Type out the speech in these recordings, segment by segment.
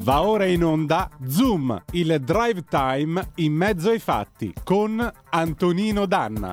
Va ora in onda Zoom, il drive time in mezzo ai fatti con Antonino Danna.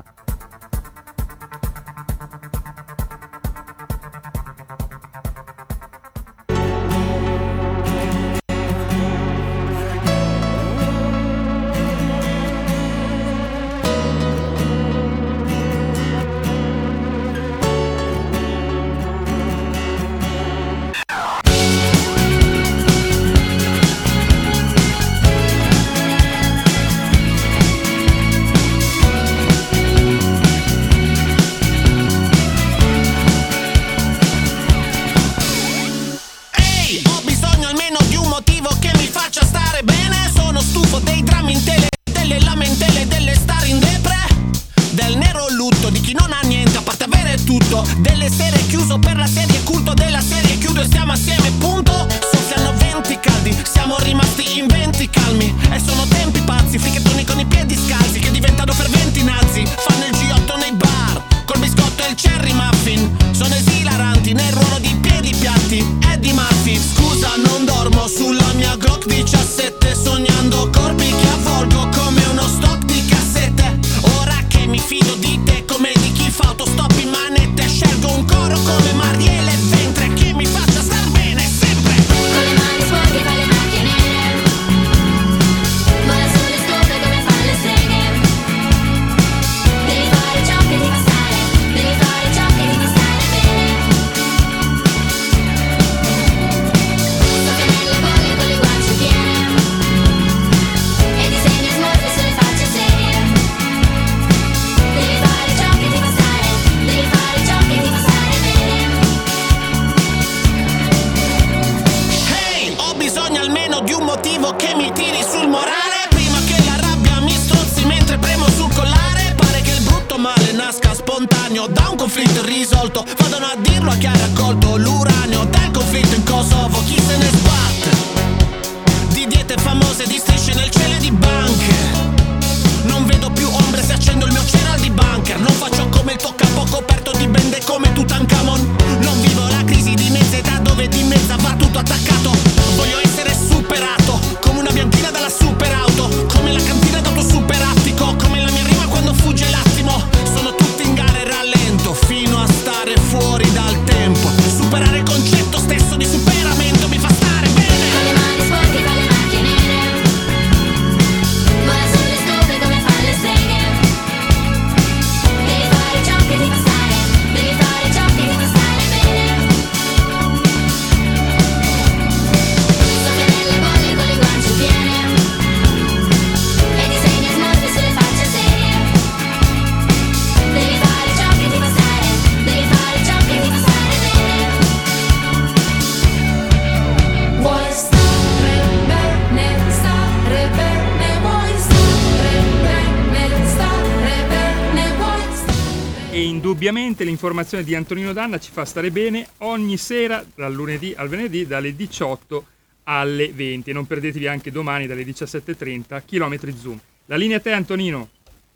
Indubbiamente l'informazione di Antonino Danna ci fa stare bene ogni sera, dal lunedì al venerdì, dalle 18 alle 20. E non perdetevi anche domani dalle 17.30 Chilometri Zoom. La linea a te, Antonino.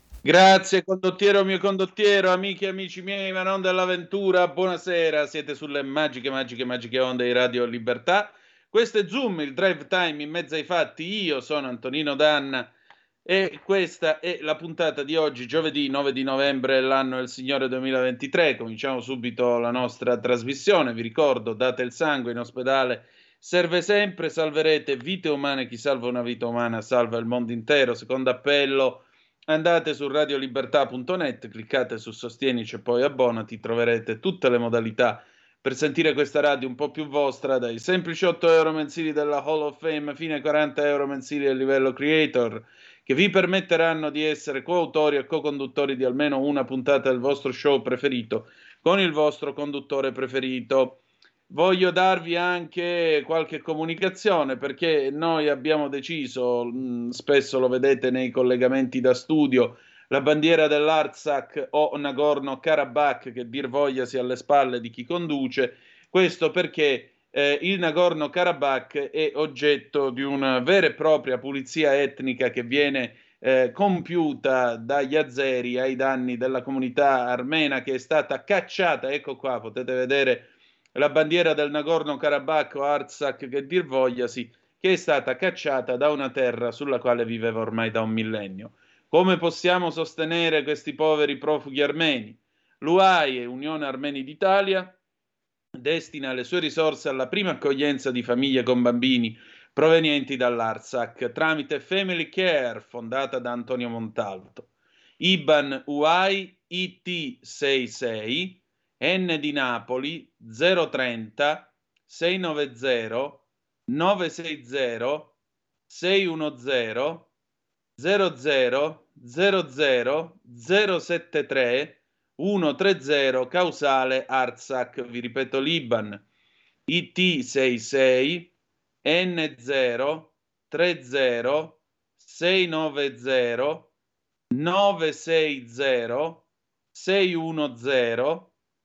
Grazie condottiero mio condottiero, amiche e amici miei, ma non dell'avventura, buonasera, siete sulle magiche onde di Radio Libertà. Questo è Zoom, il drive time in mezzo ai fatti. Io sono Antonino Danna e questa è la puntata di oggi, giovedì 9 di novembre, l'anno del Signore 2023. Cominciamo subito la nostra trasmissione. Vi ricordo, date il sangue in ospedale, serve sempre, salverete vite umane. Chi salva una vita umana salva il mondo intero. Secondo appello, andate su radiolibertà.net, cliccate su Sostienici e poi abbonati, troverete tutte le modalità per sentire questa radio un po' più vostra, dai semplici 8 euro mensili della Hall of Fame fino ai 40 euro mensili a livello creator, che vi permetteranno di essere coautori e co-conduttori di almeno una puntata del vostro show preferito con il vostro conduttore preferito. Voglio darvi anche qualche comunicazione, perché noi abbiamo deciso, spesso lo vedete nei collegamenti da studio, la bandiera dell'Artsakh o Nagorno-Karabakh, che dir voglia sia alle spalle di chi conduce. Questo perché il Nagorno-Karabakh è oggetto di una vera e propria pulizia etnica che viene compiuta dagli azeri ai danni della comunità armena, che è stata cacciata. Ecco qua, potete vedere la bandiera del Nagorno-Karabakh o Artsakh, che dir vogliasi, che è stata cacciata da una terra sulla quale viveva ormai da un millennio. Come possiamo sostenere questi poveri profughi armeni? L'UAI, Unione Armeni d'Italia, destina le sue risorse alla prima accoglienza di famiglie con bambini provenienti dall'Artsakh tramite Family Care, fondata da Antonio Montalto. IBAN UAI IT66 N di Napoli 030 690 960 610 00 00 073 130 causale Artsakh. Vi ripeto l'IBAN IT66 N0 30 690 960 610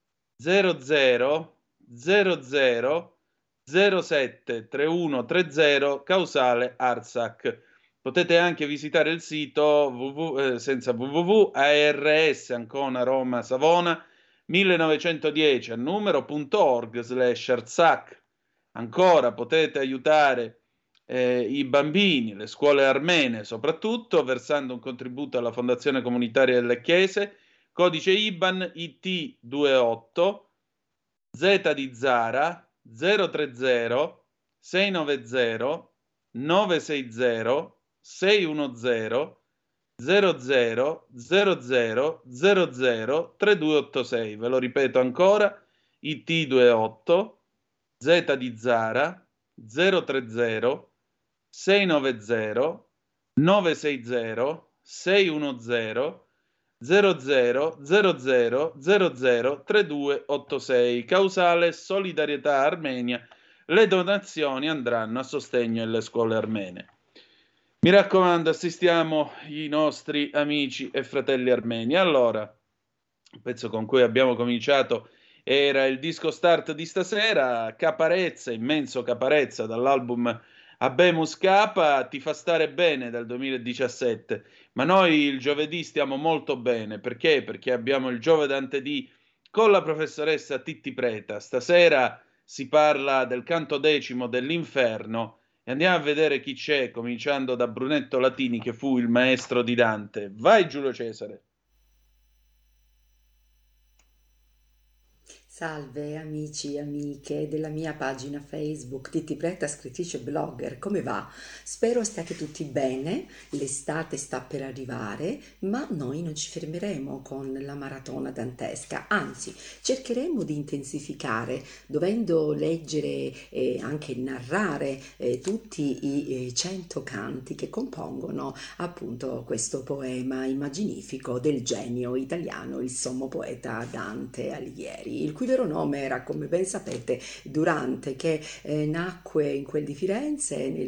00 00 07 3130 causale Artsakh. Potete anche visitare il sito senza www ARS Ancona Roma Savona 1910 a numero.org/Artsakh. Ancora potete aiutare i bambini, le scuole armene soprattutto, versando un contributo alla Fondazione Comunitaria delle Chiese, codice IBAN IT28 Z di Zara 030 690 960 610 00 00 00 3286. Ve lo ripeto ancora, IT28 Z di Zara 030 690 960 610 00 00 00 3286. Causale Solidarietà Armenia. Le donazioni andranno a sostegno delle scuole armene. Mi raccomando, assistiamo i nostri amici e fratelli armeni. Allora, il pezzo con cui abbiamo cominciato era il disco start di stasera, Caparezza, immenso Caparezza, dall'album Habemus Capa, Ti fa stare bene dal 2017. Ma noi il giovedì stiamo molto bene. Perché? Perché abbiamo il Giove Dante D con la professoressa Titti Preta. Stasera si parla del canto decimo dell'Inferno e andiamo a vedere chi c'è, cominciando da Brunetto Latini, che fu il maestro di Dante. Vai Giulio Cesare. Salve amici e amiche della mia pagina Facebook Titti Preta, scrittrice blogger, come va? Spero stiate tutti bene, l'estate sta per arrivare, ma noi non ci fermeremo con la maratona dantesca, anzi cercheremo di intensificare, dovendo leggere e anche narrare tutti i 100 canti che compongono appunto questo poema immaginifico del genio italiano, il sommo poeta Dante Alighieri, il cui vero nome era, come ben sapete, Durante, che nacque in quel di Firenze nel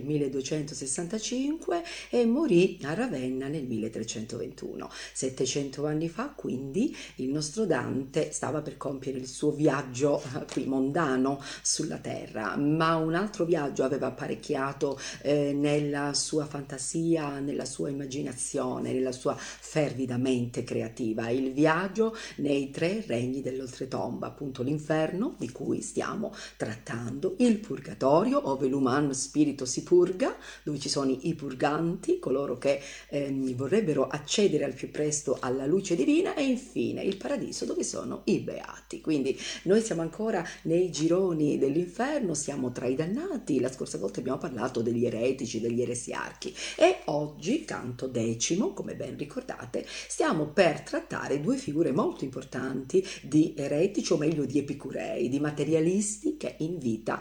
1265 e morì a Ravenna nel 1321. 700 anni fa, quindi, il nostro Dante stava per compiere il suo viaggio qui mondano sulla terra, ma un altro viaggio aveva apparecchiato nella sua fantasia, nella sua immaginazione, nella sua fervida mente creativa, il viaggio nei 3 regni dell'oltretomba, appunto l'inferno di cui stiamo trattando, il purgatorio ove l'umano spirito si purga, dove ci sono i purganti, coloro che vorrebbero accedere al più presto alla luce divina, e infine il paradiso dove sono i beati. Quindi noi siamo ancora nei gironi dell'inferno, siamo tra i dannati. La scorsa volta abbiamo parlato degli eretici, degli eresiarchi, e oggi, canto decimo, come ben ricordate, stiamo per trattare 2 figure molto importanti di eretici, o meglio di epicurei, di materialisti che in vita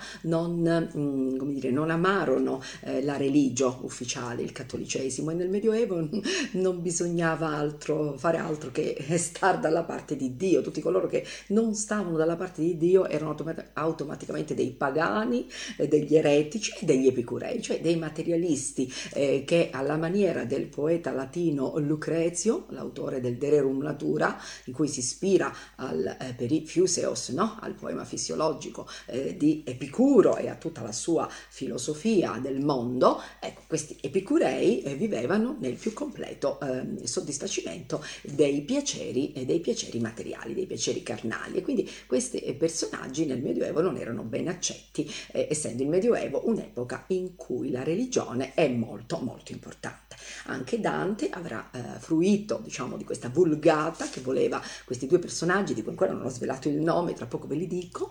non amarono la religio ufficiale, il cattolicesimo, e nel Medioevo non bisognava fare altro che star dalla parte di Dio. Tutti coloro che non stavano dalla parte di Dio erano automaticamente dei pagani, degli eretici e degli epicurei, cioè dei materialisti che, alla maniera del poeta latino Lucrezio, l'autore del De Rerum Natura, in cui si ispira al Perifiuse Museos, no? Al poema fisiologico di Epicuro e a tutta la sua filosofia del mondo. Ecco, questi epicurei vivevano nel più completo soddisfacimento dei piaceri materiali, dei piaceri carnali, e quindi questi personaggi nel Medioevo non erano ben accetti, essendo il Medioevo un'epoca in cui la religione è molto molto importante. Anche Dante avrà fruito, diciamo, di questa vulgata che voleva questi due personaggi, di cui ancora non ho svelato il nome, tra poco ve li dico,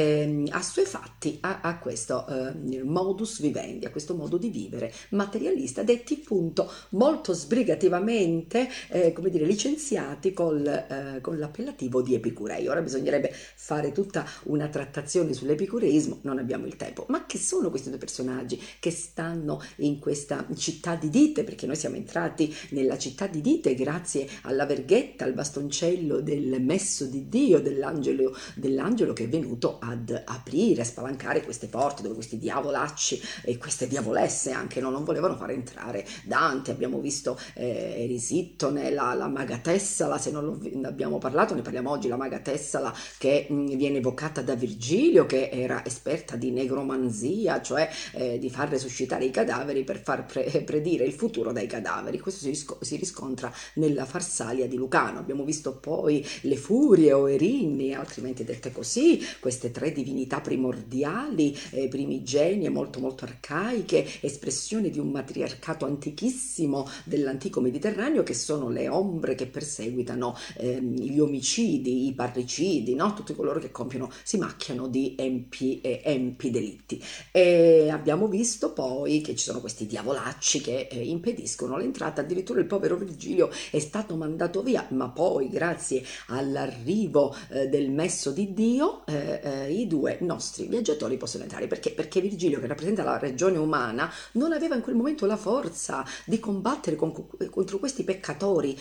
assuefatti a questo modus vivendi, a questo modo di vivere materialista, detti appunto molto sbrigativamente come dire, licenziati con l'appellativo di epicurei. Ora bisognerebbe fare tutta una trattazione sull'epicureismo, non abbiamo il tempo. Ma che sono questi due personaggi che stanno in questa città di Dite? Perché noi siamo entrati nella città di Dite grazie alla verghetta, al bastoncello del messo di Dio, dell'angelo che è venuto ad aprire, a spalancare queste porte dove questi diavolacci e queste diavolesse anche non volevano far entrare Dante. Abbiamo visto Erisittone, la maga Tessala, se non ne abbiamo parlato, ne parliamo oggi, la maga Tessala che viene evocata da Virgilio, che era esperta di negromanzia, cioè di far resuscitare i cadaveri per far predire il futuro dai cadaveri. Questo si riscontra nella Farsalia di Lucano. Abbiamo visto poi le furie o Erinni, altrimenti dette così, queste tre divinità primordiali, primigenie, molto molto arcaiche, espressione di un matriarcato antichissimo dell'antico Mediterraneo, che sono le ombre che perseguitano gli omicidi, i parricidi, no? Tutti coloro che si macchiano di empi delitti. E abbiamo visto poi che ci sono questi diavolacci che impediscono l'entrata. Addirittura il povero Virgilio è stato mandato via, ma poi grazie all'arrivo del messo di Dio i due nostri viaggiatori possono entrare. Perché Virgilio, che rappresenta la regione umana, non aveva in quel momento la forza di combattere contro questi peccatori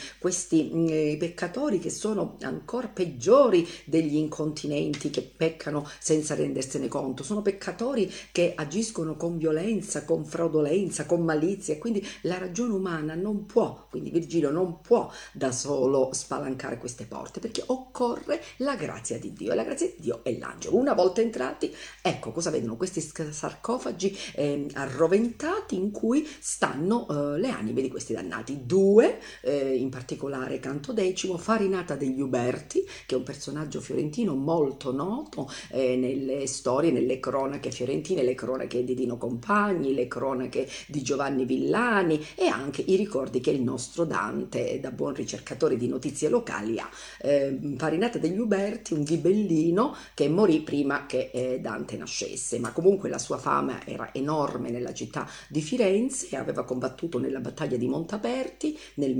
che sono ancora peggiori degli incontinenti che peccano senza rendersene conto. Sono peccatori che agiscono con violenza, con fraudolenza, con malizia, e quindi la ragione umana non può, quindi Virgilio non può da solo spalancare queste porte, perché occorre la grazia di Dio, e la grazia di Dio è l'angelo. Una volta entrati, ecco cosa vedono questi sarcofagi arroventati in cui stanno le anime di questi dannati. Due, in particolare Canto X, Farinata degli Uberti, che è un personaggio fiorentino molto noto nelle storie, nelle cronache fiorentine, le cronache di Dino Compagni, le cronache di Giovanni Villani, e anche i ricordi che il nostro Dante, da buon ricercatore di notizie locali, ha. Farinata degli Uberti, un ghibellino che morì prima che Dante nascesse, ma comunque la sua fama era enorme nella città di Firenze, e aveva combattuto nella battaglia di Montaperti nel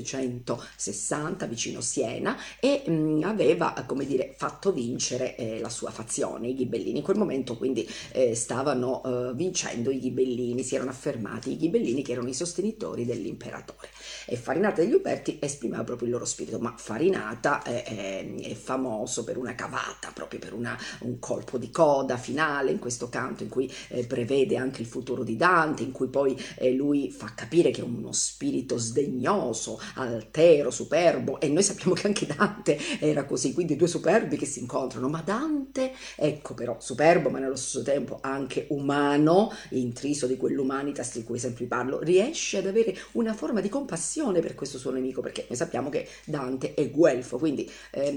1260 vicino Siena, e aveva, come dire, fatto vincere la sua fazione, i ghibellini. In quel momento quindi stavano vincendo i ghibellini, si erano affermati i ghibellini, che erano i sostenitori dell'imperatore, e Farinata degli Uberti esprimeva proprio il loro spirito. Ma Farinata è famoso per una cavata, proprio per un colpo di coda finale in questo canto, in cui prevede anche il futuro di Dante, in cui poi lui fa capire che è uno spirito sdegnoso, altero, superbo, e noi sappiamo che anche Dante era così, quindi due superbi che si incontrano. Ma Dante, ecco, però superbo, ma nello stesso tempo anche umano, intriso di quell'humanitas di cui sempre parlo, riesce ad avere una forma di compassione per questo suo nemico, perché noi sappiamo che Dante è guelfo, quindi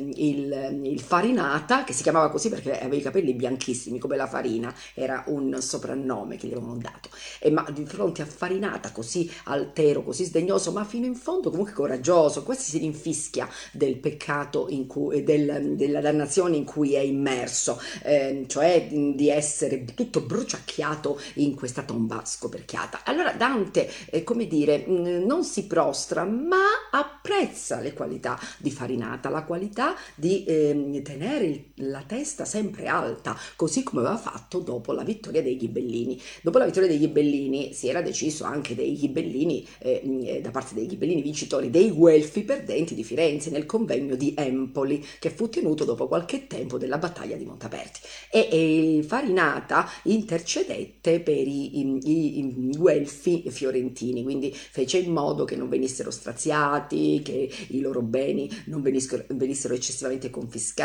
il Farinata, che si chiamava così perché aveva i capelli bianchissimi come la farina, era un soprannome che gli avevano dato, ma di fronte a Farinata, così altero, così sdegnoso, ma fino in fondo comunque coraggioso, quasi si rinfischia del peccato della dannazione in cui è immerso, cioè di essere tutto bruciacchiato in questa tomba scoperchiata. Allora Dante, come dire, non si prostra, ma apprezza le qualità di Farinata, la qualità di tenere la testa sempre alta, così come aveva fatto dopo la vittoria dei Ghibellini. Dopo la vittoria dei Ghibellini si era deciso anche dei Ghibellini, da parte dei Ghibellini vincitori, dei Guelfi perdenti di Firenze, nel convegno di Empoli, che fu tenuto dopo qualche tempo della battaglia di Montaperti, e Farinata intercedette per i Guelfi fiorentini, quindi fece in modo che non venissero straziati, che i loro beni non venissero eccessivamente confiscati,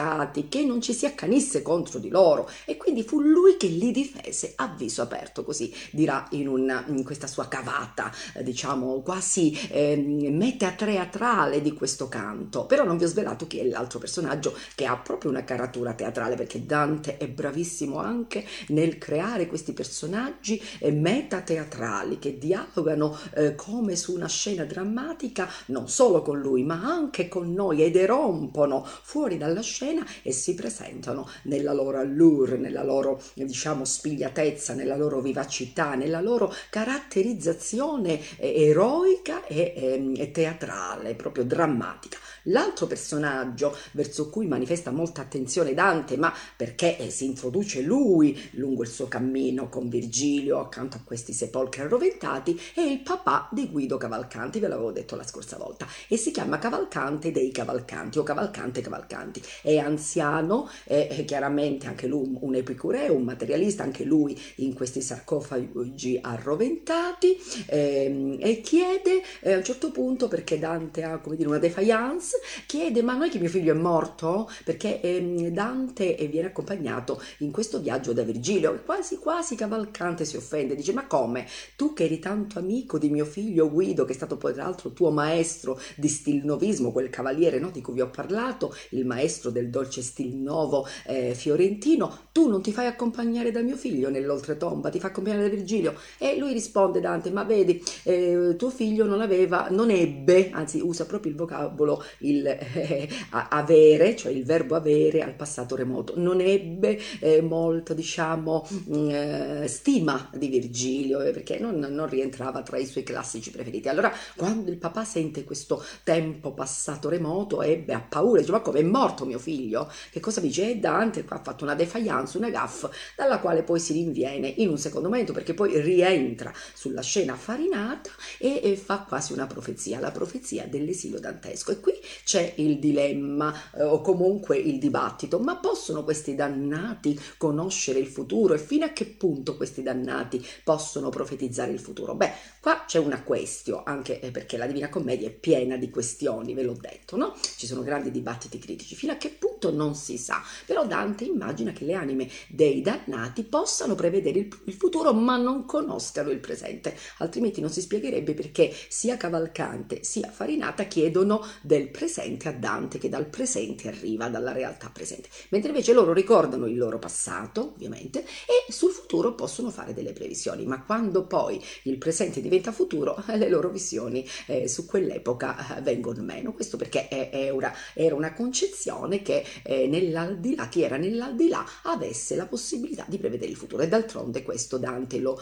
sciocati, che non ci si accanisse contro di loro, e quindi fu lui che li difese a viso aperto, così dirà in questa sua cavata, diciamo quasi metateatrale di questo canto. Però non vi ho svelato chi è l'altro personaggio che ha proprio una caratura teatrale, perché Dante è bravissimo anche nel creare questi personaggi metateatrali che dialogano come su una scena drammatica, non solo con lui ma anche con noi, ed erompono fuori dalla scena e si presentano nella loro allure, nella loro, diciamo, spigliatezza, nella loro vivacità, nella loro caratterizzazione eroica e teatrale, proprio drammatica. L'altro personaggio verso cui manifesta molta attenzione Dante, ma perché si introduce lui lungo il suo cammino con Virgilio accanto a questi sepolcri arroventati, è il papà di Guido Cavalcanti, ve l'avevo detto la scorsa volta, e si chiama Cavalcante dei Cavalcanti o Cavalcante Cavalcanti. È anziano, è chiaramente anche lui un epicureo, un materialista, anche lui in questi sarcofagi arroventati, e chiede a un certo punto, perché Dante ha, come dire, una defiance, chiede: ma non è che mio figlio è morto? Perché Dante viene accompagnato in questo viaggio da Virgilio, quasi quasi Cavalcante si offende, dice: ma come? Tu che eri tanto amico di mio figlio Guido, che è stato poi tra l'altro tuo maestro di stilnovismo, quel cavaliere, no, di cui vi ho parlato, il maestro del dolce stil novo fiorentino, tu non ti fai accompagnare da mio figlio nell'oltretomba, ti fa accompagnare da Virgilio? E lui risponde, Dante: ma vedi, tuo figlio non ebbe, anzi usa proprio il vocabolo, avere, cioè il verbo avere al passato remoto, non ebbe molto, diciamo, stima di Virgilio, perché non rientrava tra i suoi classici preferiti. Allora, quando il papà sente questo tempo passato remoto, ha paura, dice: ma come, è morto mio figlio? Che cosa dice? E Dante qua ha fatto una defiance, una gaffe, dalla quale poi si rinviene in un secondo momento, perché poi rientra sulla scena farinata e fa quasi una profezia, la profezia dell'esilio dantesco. E qui c'è il dilemma, o comunque il dibattito: ma possono questi dannati conoscere il futuro, e fino a che punto questi dannati possono profetizzare il futuro? Beh, qua c'è una question, anche perché la Divina Commedia è piena di questioni, ve l'ho detto, no? Ci sono grandi dibattiti critici, fino a che punto non si sa, però Dante immagina che le anime dei dannati possano prevedere il futuro ma non conoscano il presente, altrimenti non si spiegherebbe perché sia Cavalcante sia Farinata chiedono del presente a Dante, che dal presente arriva, dalla realtà presente, mentre invece loro ricordano il loro passato, ovviamente, e sul futuro possono fare delle previsioni, ma quando poi il presente diventa futuro, le loro visioni su quell'epoca vengono meno. Questo perché era una concezione che nell'aldilà, chi era nell'aldilà avesse la possibilità di prevedere il futuro, e d'altronde questo Dante lo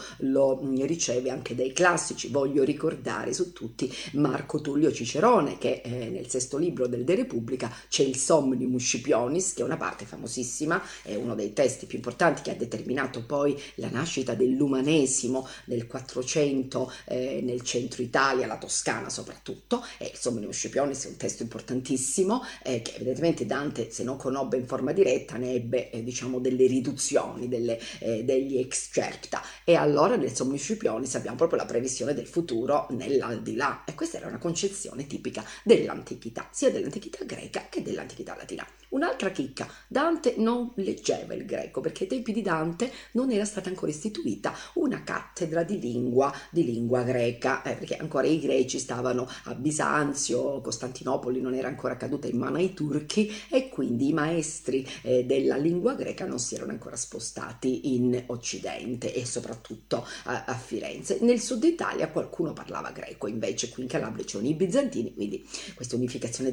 riceve anche dai classici. Voglio ricordare su tutti Marco Tullio Cicerone, che nel sesto libro del De Repubblica c'è il Somnium Scipionis, che è una parte famosissima, è uno dei testi più importanti che ha determinato poi la nascita dell'umanesimo nel 400 nel centro Italia, la Toscana soprattutto, e il Somnium Scipionis è un testo importantissimo che evidentemente Dante, se non conobbe in forma diretta, ne ebbe diciamo delle riduzioni, degli excerpta, e allora nel Somnium Scipionis abbiamo proprio la previsione del futuro nell'aldilà, e questa era una concezione tipica dell'antichità, sia dell'antichità greca che dell'antichità latina. Un'altra chicca: Dante non leggeva il greco, perché ai tempi di Dante non era stata ancora istituita una cattedra di lingua greca, perché ancora i greci stavano a Bisanzio, Costantinopoli non era ancora caduta in mano ai turchi, e quindi i maestri della lingua greca non si erano ancora spostati in Occidente, e soprattutto a Firenze. Nel sud Italia qualcuno parlava greco, invece qui in Calabria c'erano i bizantini, quindi questa unificazione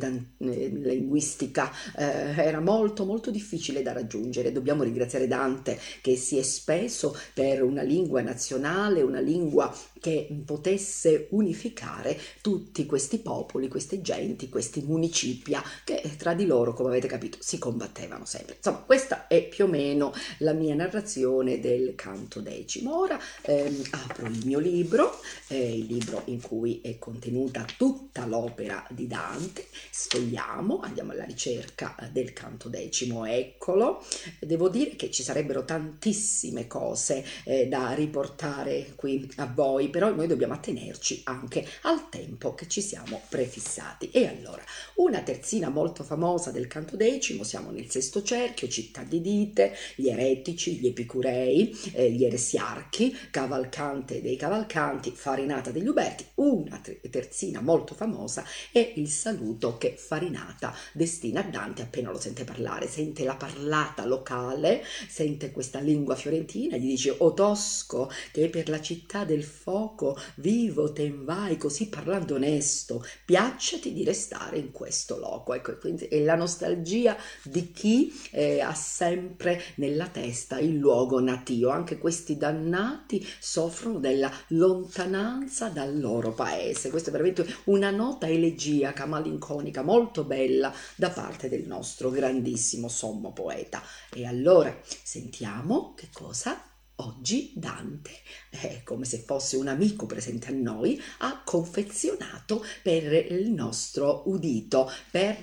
linguistica era molto molto difficile da raggiungere. Dobbiamo ringraziare Dante che si è speso per una lingua nazionale, una lingua che potesse unificare tutti questi popoli, queste genti, questi municipia che tra di loro, come avete capito, si combattevano sempre. Insomma, questa è più o meno la mia narrazione del Canto Decimo. Ora apro il mio libro, il libro in cui è contenuta tutta l'opera di Dante. Sfogliamo, andiamo alla ricerca del Canto Decimo, eccolo. Devo dire che ci sarebbero tantissime cose da riportare qui a voi, però noi dobbiamo attenerci anche al tempo che ci siamo prefissati. E allora, una terzina molto famosa del Canto X, siamo nel sesto cerchio, città di Dite, gli eretici, gli epicurei, gli eresiarchi, cavalcante dei cavalcanti, farinata degli uberti, una terzina molto famosa è il saluto che Farinata destina a Dante appena lo sente parlare, sente la parlata locale, sente questa lingua fiorentina, gli dice: o Tosco, che per la città del foco vivo ten vai, così parlando onesto, piacciati di restare in questo loco. Ecco, quindi è la nostalgia di chi ha sempre nella testa il luogo natio. Anche questi dannati soffrono della lontananza dal loro paese. Questa è veramente una nota elegiaca, malinconica, molto bella da parte del nostro grandissimo sommo poeta. E allora sentiamo che cosa oggi Dante, come se fosse un amico presente a noi, ha confezionato per il nostro udito, per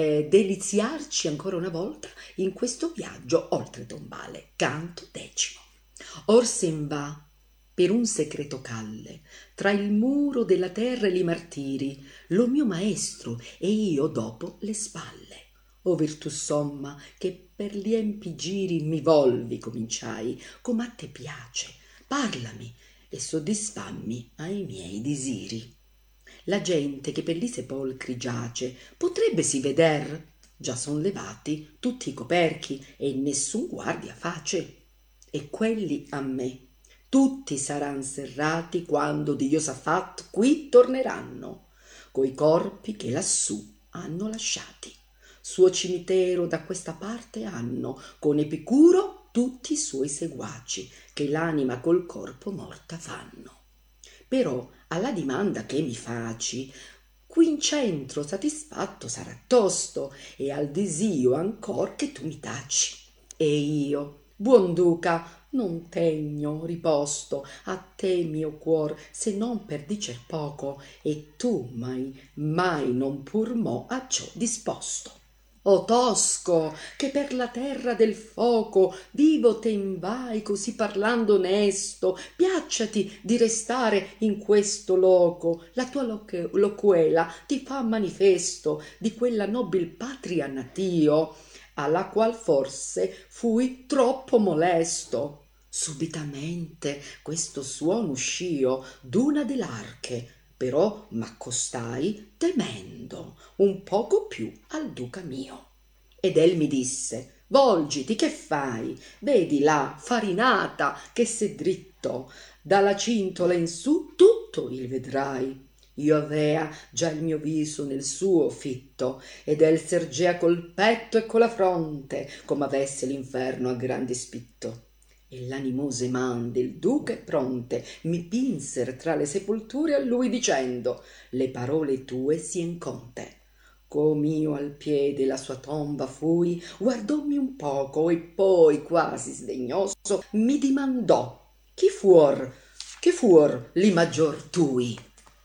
deliziarci ancora una volta in questo viaggio oltre tombale. Canto decimo. Or sen va per un secreto calle, tra il muro della terra e li martiri, lo mio maestro e io dopo le spalle. O virtù somma, che per gli empi giri mi volvi, cominciai, come a te piace, parlami e soddisfammi ai miei disiri. La gente che per li sepolcri giace, potrebbe si veder, già son levati tutti i coperchi e nessun guardia face, e quelli a me tutti saran serrati quando di Iosafat qui torneranno, coi corpi che lassù hanno lasciati. Suo cimitero da questa parte hanno, con Epicuro tutti i suoi seguaci, che l'anima col corpo morta fanno. Però alla dimanda che mi faci, qui in centro satisfatto sarà tosto, e al desio ancor che tu mi taci. E io, buon duca, non tegno riposto a te mio cuor, se non per dicer poco, e tu mai non pur mo a ciò disposto. O Tosco, che per la terra del foco vivo ten vai, così parlando onesto, piacciati di restare in questo loco, la tua loquela ti fa manifesto di quella nobil patria natio, alla qual forse fui troppo molesto. Subitamente questo suono uscio d'una dell'arche, però m'accostai temendo un poco più al duca mio. Ed el mi disse: volgiti, che fai? Vedi là Farinata che se dritto, dalla cintola in su tutto il vedrai. Io avea già il mio viso nel suo fitto, ed el sergea col petto e con la fronte, come avesse l'inferno a gran dispitto. E l'animose man del duca pronte mi pinser tra le sepolture a lui dicendo: le parole tue sien con te. Com'io al piede la sua tomba fui, guardommi un poco e poi quasi sdegnoso mi dimandò: chi fuor li maggior tui?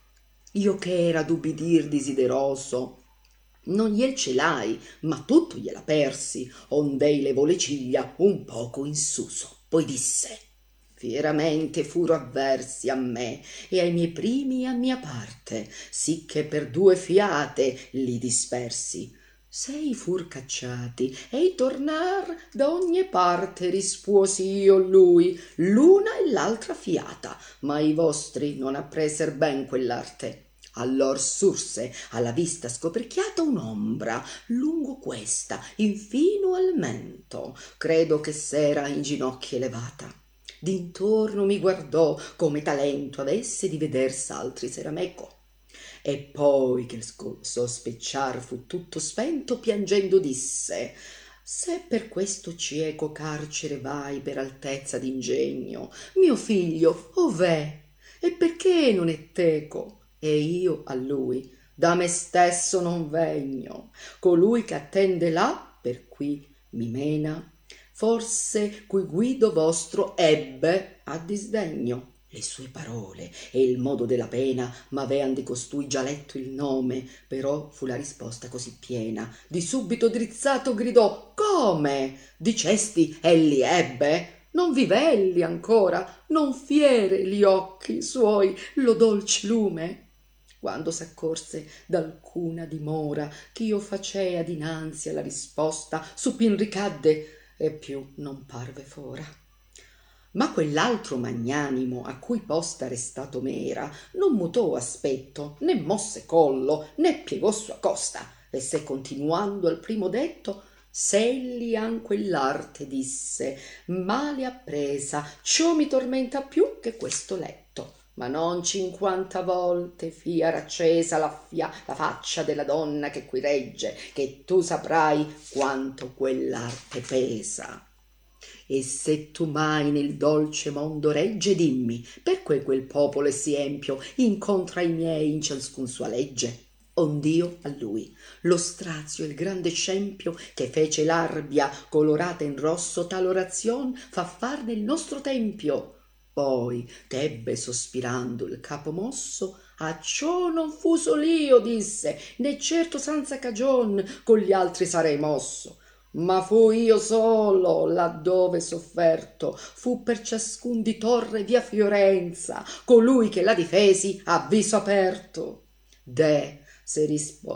Io che era d'ubbidir desideroso, non gliel celai, ma tutto gliela persi, ond'ei levò le ciglia un poco in suso. Poi disse: fieramente furo avversi a me e ai miei primi a mia parte, sicché per 2 fiate li dispersi. 6 fur cacciati e i tornar da ogni parte rispuosi io lui, l'una e l'altra fiata, ma i vostri non appreser ben quell'arte. Allor surse alla vista scoperchiata un'ombra lungo questa infino al mento, credo che s'era in ginocchio elevata. D'intorno mi guardò come talento avesse di veder s'altri s'era meco, e poi che il sospecciar fu tutto spento, piangendo disse: se per questo cieco carcere vai per altezza d'ingegno, mio figlio ov'è? E perché non è teco? E io a lui: da me stesso non vegno, colui che attende là per cui mi mena, forse cui guido vostro ebbe a disdegno. Le sue parole e il modo della pena m'avean di costui già letto il nome, però fu la risposta così piena, di subito drizzato gridò: come? Dicesti elli ebbe? Non vivelli ancora? Non fiere gli occhi suoi lo dolce lume? quando s'accorse d'alcuna dimora ch'io facea dinanzi alla risposta, suppin ricadde e più non parve fora. Ma quell'altro magnanimo a cui posta restato m'era non mutò aspetto, né mosse collo, né piegò sua costa, e se continuando al primo detto s'elli an quell'arte disse: male appresa, ciò mi tormenta più che questo letto. Ma non 50 volte fia raccesa la faccia della donna che qui regge, che tu saprai quanto quell'arte pesa. E se tu mai nel dolce mondo regge, dimmi, perché quel popolo è sì empio incontra i miei in ciascun sua legge? Ond'io a lui lo strazio, il grande scempio che fece l'arbia colorata in rosso, tal orazion fa far nel nostro tempio. Poi t'ebbe sospirando il capo mosso: a ciò non fu sol io, disse, né certo senza cagion con gli altri sarei mosso, ma fu io solo laddove sofferto fu per ciascun di torre via Fiorenza colui che la difesi a viso aperto. Deh, se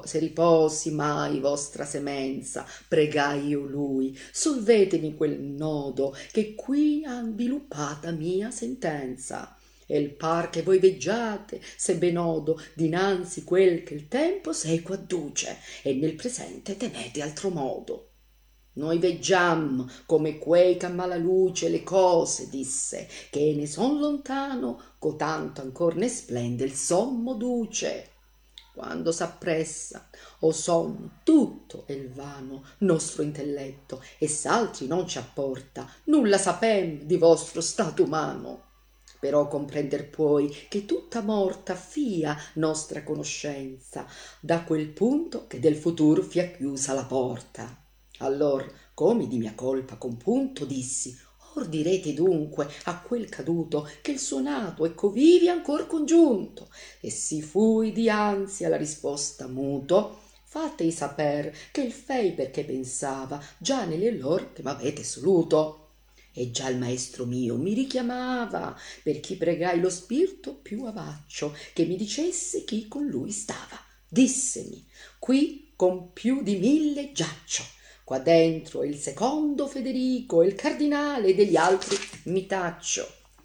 riposi mai vostra semenza, pregai io lui, solvetemi quel nodo che qui ha inviluppata mia sentenza. E il par che voi veggiate, se ben odo, dinanzi quel che il tempo sequo adduce, e nel presente tenete altro modo. Noi veggiam come quei che a mala luce le cose, disse, che ne son lontano, cotanto ancor ne splende il sommo duce. Quando s'appressa o sonno tutto è il vano nostro intelletto, e s'altri non ci apporta nulla sapem di vostro stato umano. Però comprender puoi che tutta morta fia nostra conoscenza, da quel punto che del futur fia chiusa la porta. Allor, come di mia colpa compunto, dissi: or direte dunque a quel caduto che il suo nato ecco vivi ancor congiunto. E si fui dianzi alla risposta muto, fatei saper che il fei perché pensava già nelle lor che m'avete soluto. E già il maestro mio mi richiamava, per chi pregai lo spirito più avaccio che mi dicesse chi con lui stava. Dissemi: qui con più di 1000 giaccio, qua dentro il secondo Federico, il cardinale, degli altri mi taccio.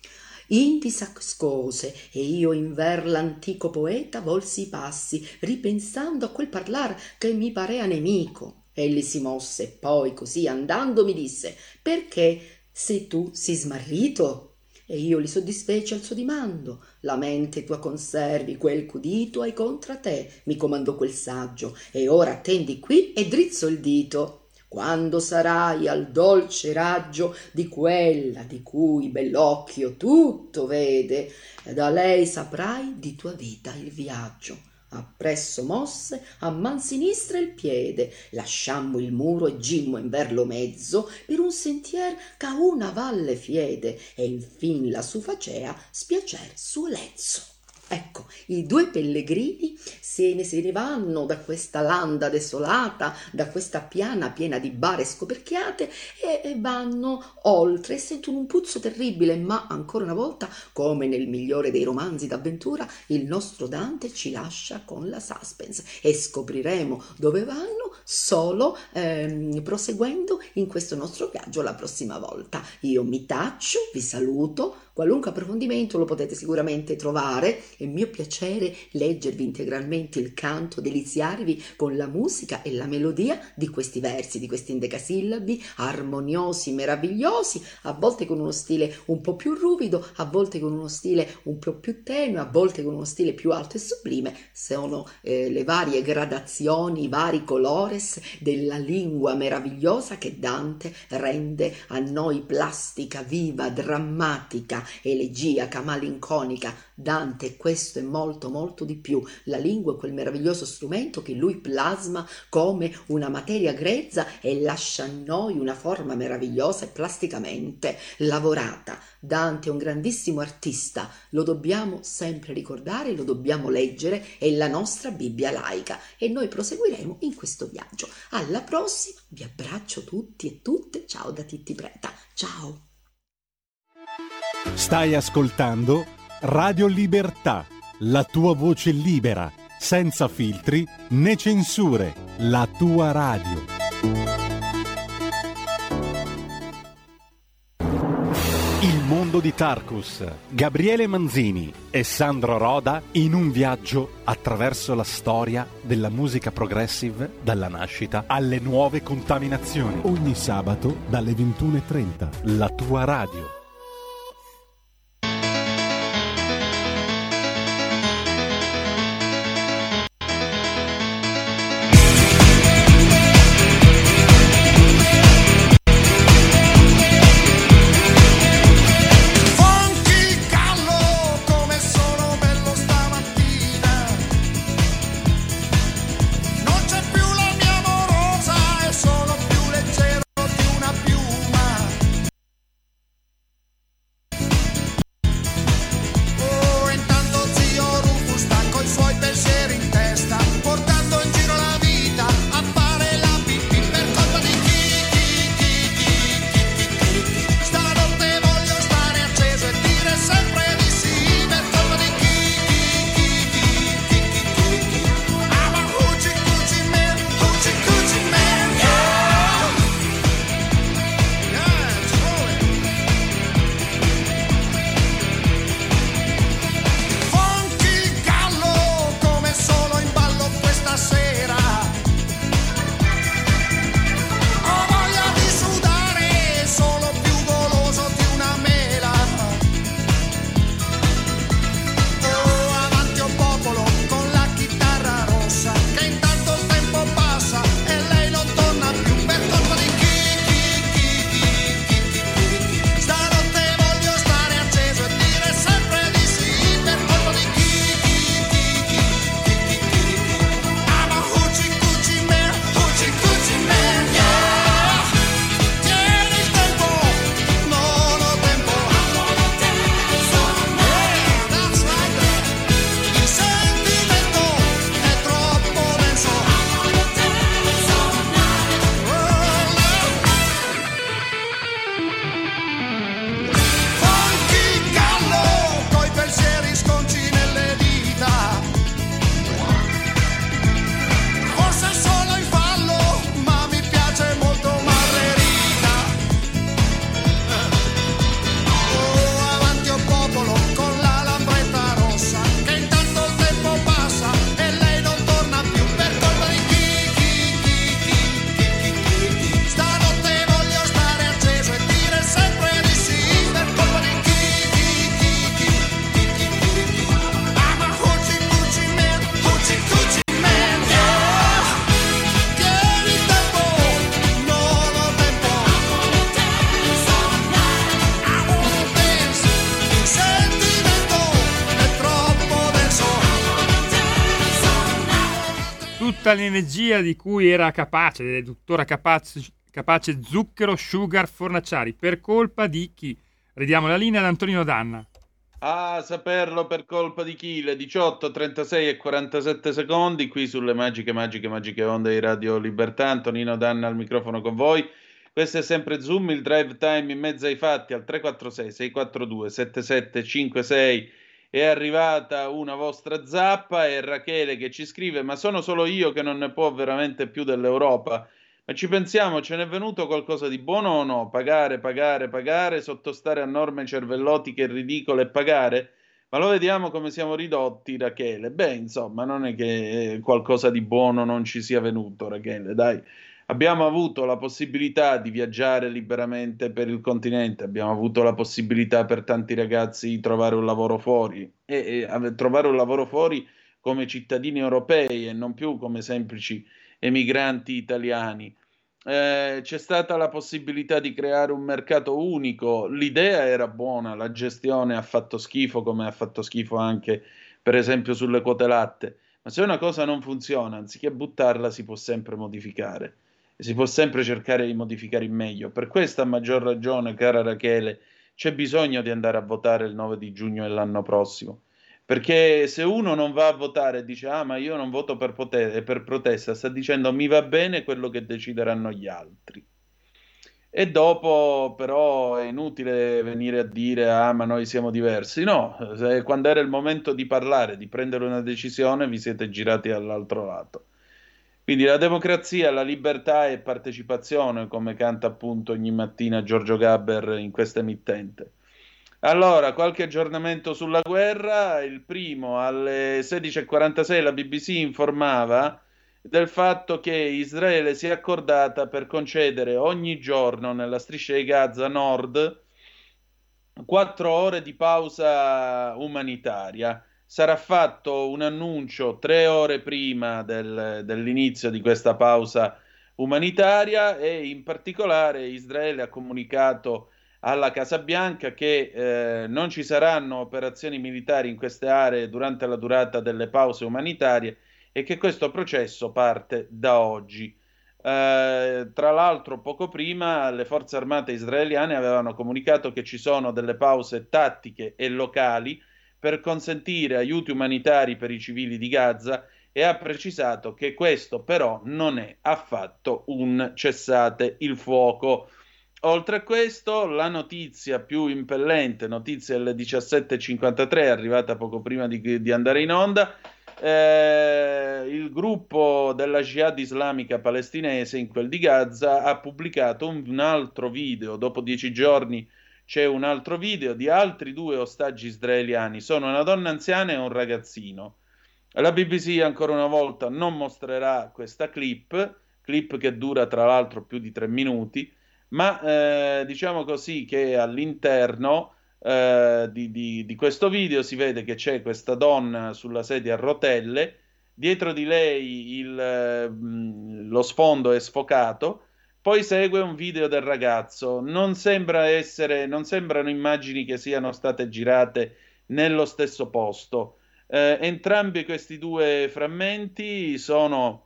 Indi s'ascose, e io inver l'antico poeta volsi i passi, ripensando a quel parlar che mi parea nemico. Egli si mosse, poi così andando mi disse: perché sei tu sì smarrito? E io li soddisfeci al suo dimando: la mente tua conservi quel c'udito hai contra te, mi comandò quel saggio, e ora attendi qui e drizzo il dito. Quando sarai al dolce raggio di quella di cui bell'occhio tutto vede, da lei saprai di tua vita il viaggio. Appresso mosse a man sinistra il piede, lasciammo il muro e gimmo inver lo mezzo per un sentier ch'a una valle fiede, e infin la su facea spiacer suo lezzo. Ecco, i due pellegrini se ne vanno da questa landa desolata, da questa piana piena di bare scoperchiate, e vanno oltre e sentono un puzzo terribile, ma ancora una volta, come nel migliore dei romanzi d'avventura, il nostro Dante ci lascia con la suspense e scopriremo dove vanno solo proseguendo in questo nostro viaggio la prossima volta. Io mi taccio, vi saluto. Qualunque approfondimento lo potete sicuramente trovare. È mio piacere leggervi integralmente il canto, deliziarvi con la musica e la melodia di questi versi, di questi endecasillabi armoniosi, meravigliosi, a volte con uno stile un po' più ruvido, a volte con uno stile un po' più tenue, a volte con uno stile più alto e sublime. Sono le varie gradazioni, i vari colores della lingua meravigliosa che Dante rende a noi plastica, viva, drammatica, elegiaca, malinconica. Dante questo e molto molto di più. La lingua è quel meraviglioso strumento che lui plasma come una materia grezza e lascia a noi una forma meravigliosa e plasticamente lavorata. Dante è un grandissimo artista, lo dobbiamo sempre ricordare, lo dobbiamo leggere, è la nostra Bibbia laica, e noi proseguiremo in questo viaggio. Alla prossima, vi abbraccio tutti e tutte, ciao da Titti Preta, ciao! Stai ascoltando Radio Libertà, la tua voce libera, senza filtri né censure, la tua radio. Il mondo di Tarkus, Gabriele Manzini e Sandro Roda in un viaggio attraverso la storia della musica progressive dalla nascita alle nuove contaminazioni. Ogni sabato dalle 21:30, la tua radio. tutta l'energia di cui era capace, tuttora capace Zucchero, Sugar, Fornaciari, per colpa di chi? Ridiamo la linea ad Antonino Danna. A saperlo per colpa di chi? Le 18, 36 e 47 secondi qui sulle magiche onde di Radio Libertà. Antonino Danna al microfono con voi. Questo è sempre Zoom, il drive time in mezzo ai fatti al 346 642 7756. È arrivata una vostra zappa, è Rachele che ci scrive: ma sono solo io che non ne può veramente più dell'Europa? Ma ci pensiamo, ce n'è venuto qualcosa di buono o no? Pagare, sottostare a norme cervellotiche ridicole e pagare? Ma lo vediamo come siamo ridotti, Rachele. Beh, insomma, non è che qualcosa di buono non ci sia venuto, Rachele, dai. Abbiamo avuto la possibilità di viaggiare liberamente per il continente, abbiamo avuto la possibilità per tanti ragazzi di trovare un lavoro fuori e trovare un lavoro fuori come cittadini europei e non più come semplici emigranti italiani. C'è stata la possibilità di creare un mercato unico, l'idea era buona, la gestione ha fatto schifo, come ha fatto schifo anche per esempio sulle quote latte, ma se una cosa non funziona, anziché buttarla si può sempre modificare e si può sempre cercare di modificare in meglio. Per questa, a maggior ragione, cara Rachele, c'è bisogno di andare a votare il 9 di giugno dell'anno prossimo. Perché se uno non va a votare e dice ma io non voto per protesta, sta dicendo mi va bene quello che decideranno gli altri. E dopo però è inutile venire a dire ah ma noi siamo diversi. No, quando era il momento di parlare, di prendere una decisione, vi siete girati all'altro lato. Quindi la democrazia, la libertà e partecipazione, come canta appunto ogni mattina Giorgio Gaber in questa emittente. Allora, qualche aggiornamento sulla guerra. Il primo, alle 16:46 la BBC informava del fatto che Israele si è accordata per concedere ogni giorno nella striscia di Gaza Nord 4 ore di pausa umanitaria. Sarà fatto un annuncio 3 ore prima dell'inizio di questa pausa umanitaria e in particolare Israele ha comunicato alla Casa Bianca che non ci saranno operazioni militari in queste aree durante la durata delle pause umanitarie e che questo processo parte da oggi. Tra l'altro, poco prima le forze armate israeliane avevano comunicato che ci sono delle pause tattiche e locali per consentire aiuti umanitari per i civili di Gaza e ha precisato che questo però non è affatto un cessate il fuoco. Oltre a questo, la notizia più impellente, notizia alle 17:53, arrivata poco prima di andare in onda, il gruppo della Jihad islamica palestinese in quel di Gaza ha pubblicato un altro video. Dopo 10 giorni c'è un altro video di altri due ostaggi israeliani. Sono una donna anziana e un ragazzino. La BBC ancora una volta non mostrerà questa clip che dura tra l'altro più di 3 minuti, ma diciamo così che all'interno di questo video si vede che c'è questa donna sulla sedia a rotelle, dietro di lei lo sfondo è sfocato, poi segue un video del ragazzo. Non sembrano immagini che siano state girate nello stesso posto. Entrambi questi due frammenti sono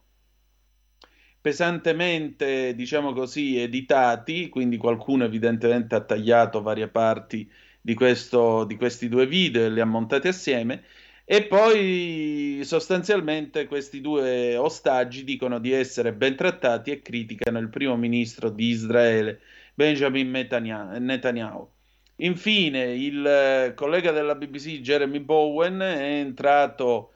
pesantemente, diciamo così, editati, quindi qualcuno evidentemente ha tagliato varie parti di questi due video e li ha montati assieme. E poi sostanzialmente questi due ostaggi dicono di essere ben trattati e criticano il primo ministro di Israele, Benjamin Netanyahu. Infine, il collega della BBC Jeremy Bowen è entrato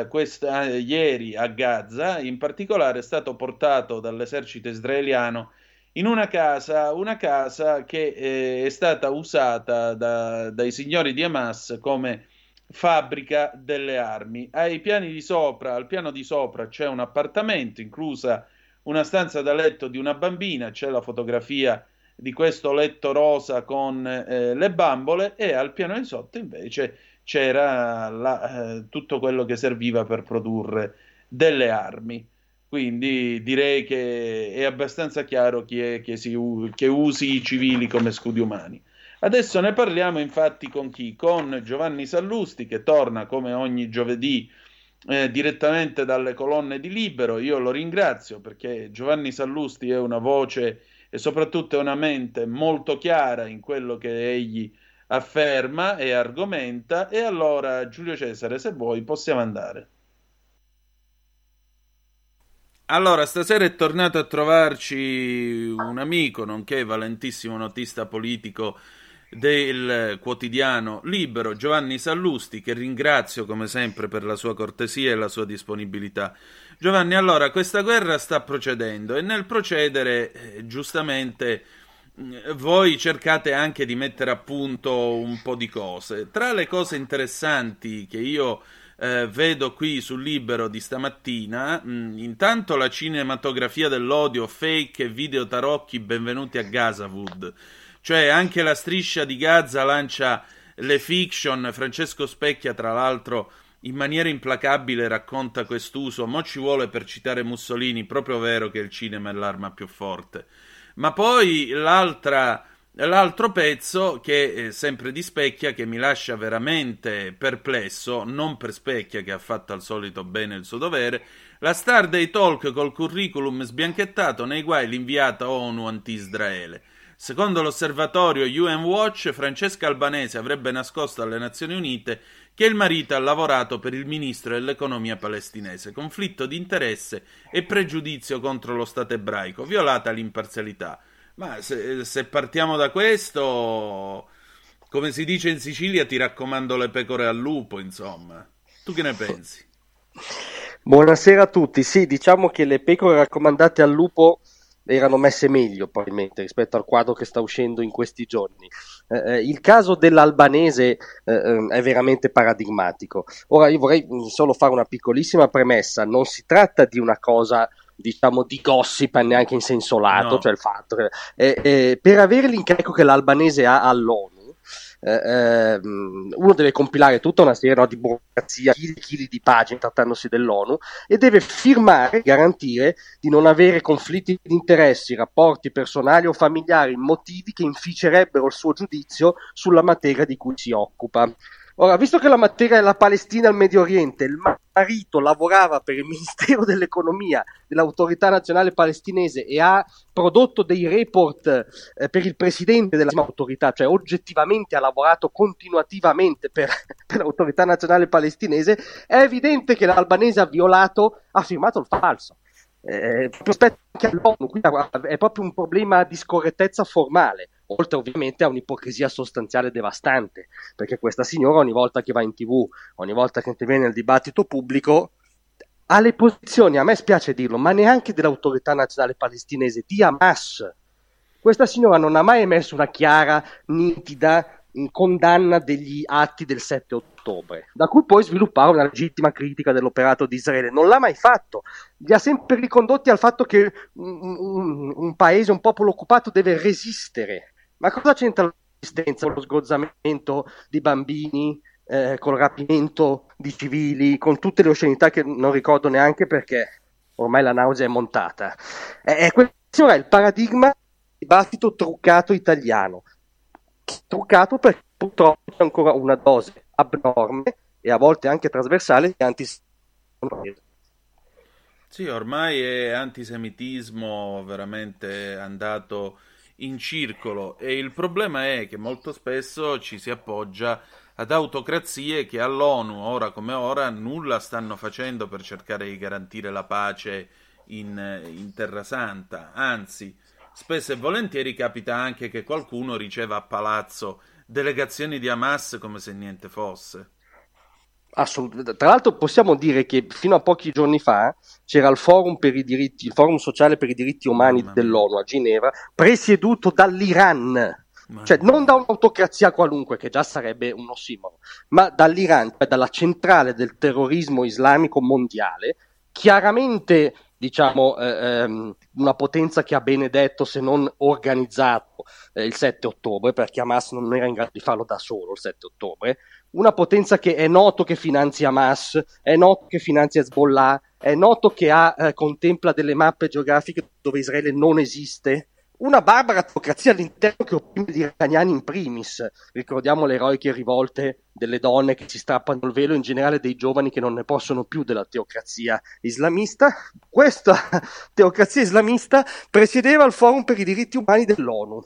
ieri a Gaza, in particolare è stato portato dall'esercito israeliano in una casa che è stata usata dai signori di Hamas come fabbrica delle armi. Al piano di sopra c'è un appartamento, inclusa una stanza da letto di una bambina, c'è la fotografia di questo letto rosa con le bambole, e al piano di sotto invece c'era tutto quello che serviva per produrre delle armi. Quindi direi che è abbastanza chiaro chi è che usi i civili come scudi umani. Adesso ne parliamo infatti con chi? Con Giovanni Sallusti, che torna come ogni giovedì direttamente dalle colonne di Libero. Io lo ringrazio perché Giovanni Sallusti è una voce e soprattutto è una mente molto chiara in quello che egli afferma e argomenta. E allora, Giulio Cesare, se vuoi, possiamo andare. Allora, stasera è tornato a trovarci un amico, nonché valentissimo notista politico del quotidiano Libero, Giovanni Sallusti, che ringrazio come sempre per la sua cortesia e la sua disponibilità. Giovanni, allora, questa guerra sta procedendo e nel procedere, giustamente, voi cercate anche di mettere a punto un po' di cose. Tra le cose interessanti che io vedo qui sul Libero di stamattina, intanto la cinematografia dell'odio, fake e video tarocchi, benvenuti a Gazawood. Cioè anche la striscia di Gaza lancia le fiction. Francesco Specchia, tra l'altro, in maniera implacabile racconta quest'uso. Mo' ci vuole per citare Mussolini, proprio vero che il cinema è l'arma più forte. Ma poi l'altro pezzo, che è sempre di Specchia, che mi lascia veramente perplesso, non per Specchia che ha fatto al solito bene il suo dovere, la star dei talk col curriculum sbianchettato, nei guai l'inviata ONU anti-Israele. Secondo l'osservatorio UN Watch, Francesca Albanese avrebbe nascosto alle Nazioni Unite che il marito ha lavorato per il ministro dell'economia palestinese. Conflitto di interesse e pregiudizio contro lo Stato ebraico, violata l'imparzialità. Ma se partiamo da questo, come si dice in Sicilia, ti raccomando le pecore al lupo, insomma. Tu che ne pensi? Buonasera a tutti. Sì, diciamo che le pecore raccomandate al lupo erano messe meglio probabilmente rispetto al quadro che sta uscendo in questi giorni. Il caso dell'albanese è veramente paradigmatico. Ora io vorrei solo fare una piccolissima premessa: non si tratta di una cosa, diciamo, di gossip neanche in senso lato, No. cioè il fatto che per avere l'incarico che l'albanese ha all'ONU, uno deve compilare tutta una serie, no, di burocrazia, chili di pagine trattandosi dell'ONU, e deve firmare, garantire di non avere conflitti di interessi, rapporti personali o familiari, motivi che inficerebbero il suo giudizio sulla materia di cui si occupa. Ora, visto che la materia è la Palestina e il Medio Oriente, il marito lavorava per il Ministero dell'Economia dell'Autorità Nazionale Palestinese e ha prodotto dei report per il presidente della autorità, cioè oggettivamente ha lavorato continuativamente per l'Autorità Nazionale Palestinese, è evidente che l'albanese ha firmato il falso. Rispetto anche all'ONU, quindi è proprio un problema di scorrettezza formale, oltre ovviamente a un'ipocrisia sostanziale devastante, perché questa signora ogni volta che va in TV, ogni volta che interviene nel dibattito pubblico, ha le posizioni, a me spiace dirlo, ma neanche dell'Autorità Nazionale Palestinese, di Hamas. Questa signora non ha mai emesso una chiara, nitida condanna degli atti del 7 ottobre, da cui poi sviluppare una legittima critica dell'operato di Israele. Non l'ha mai fatto, li ha sempre ricondotti al fatto che un paese, un popolo occupato deve resistere. Ma cosa c'entra la resistenza con lo sgozzamento di bambini, col rapimento di civili, con tutte le oscenità che non ricordo neanche perché ormai la nausea è montata? Questo è il paradigma del dibattito truccato italiano. Truccato perché purtroppo c'è ancora una dose abnorme e a volte anche trasversale di antisemitismo. Sì, ormai è antisemitismo veramente andato in circolo e il problema è che molto spesso ci si appoggia ad autocrazie che all'ONU, ora come ora, nulla stanno facendo per cercare di garantire la pace in Terra Santa, anzi, spesso e volentieri capita anche che qualcuno riceva a palazzo delegazioni di Hamas come se niente fosse. Assolutamente. Tra l'altro possiamo dire che fino a pochi giorni fa c'era il Forum Sociale per i Diritti Umani dell'ONU a Ginevra, presieduto dall'Iran, cioè non da un'autocrazia qualunque, che già sarebbe un ossimoro, ma dall'Iran, cioè dalla centrale del terrorismo islamico mondiale, chiaramente, diciamo, una potenza che ha benedetto, se non organizzato, il 7 ottobre, perché Hamas non era in grado di farlo da solo il 7 ottobre, una potenza che è noto che finanzia Hamas, è noto che finanzia Hezbollah, è noto che contempla delle mappe geografiche dove Israele non esiste, una barbara autocrazia all'interno che opprime gli iraniani in primis. Ricordiamo le eroiche rivolte delle donne che si strappano il velo, in generale dei giovani che non ne possono più della teocrazia islamista. Questa teocrazia islamista presiedeva il Forum per i Diritti Umani dell'ONU.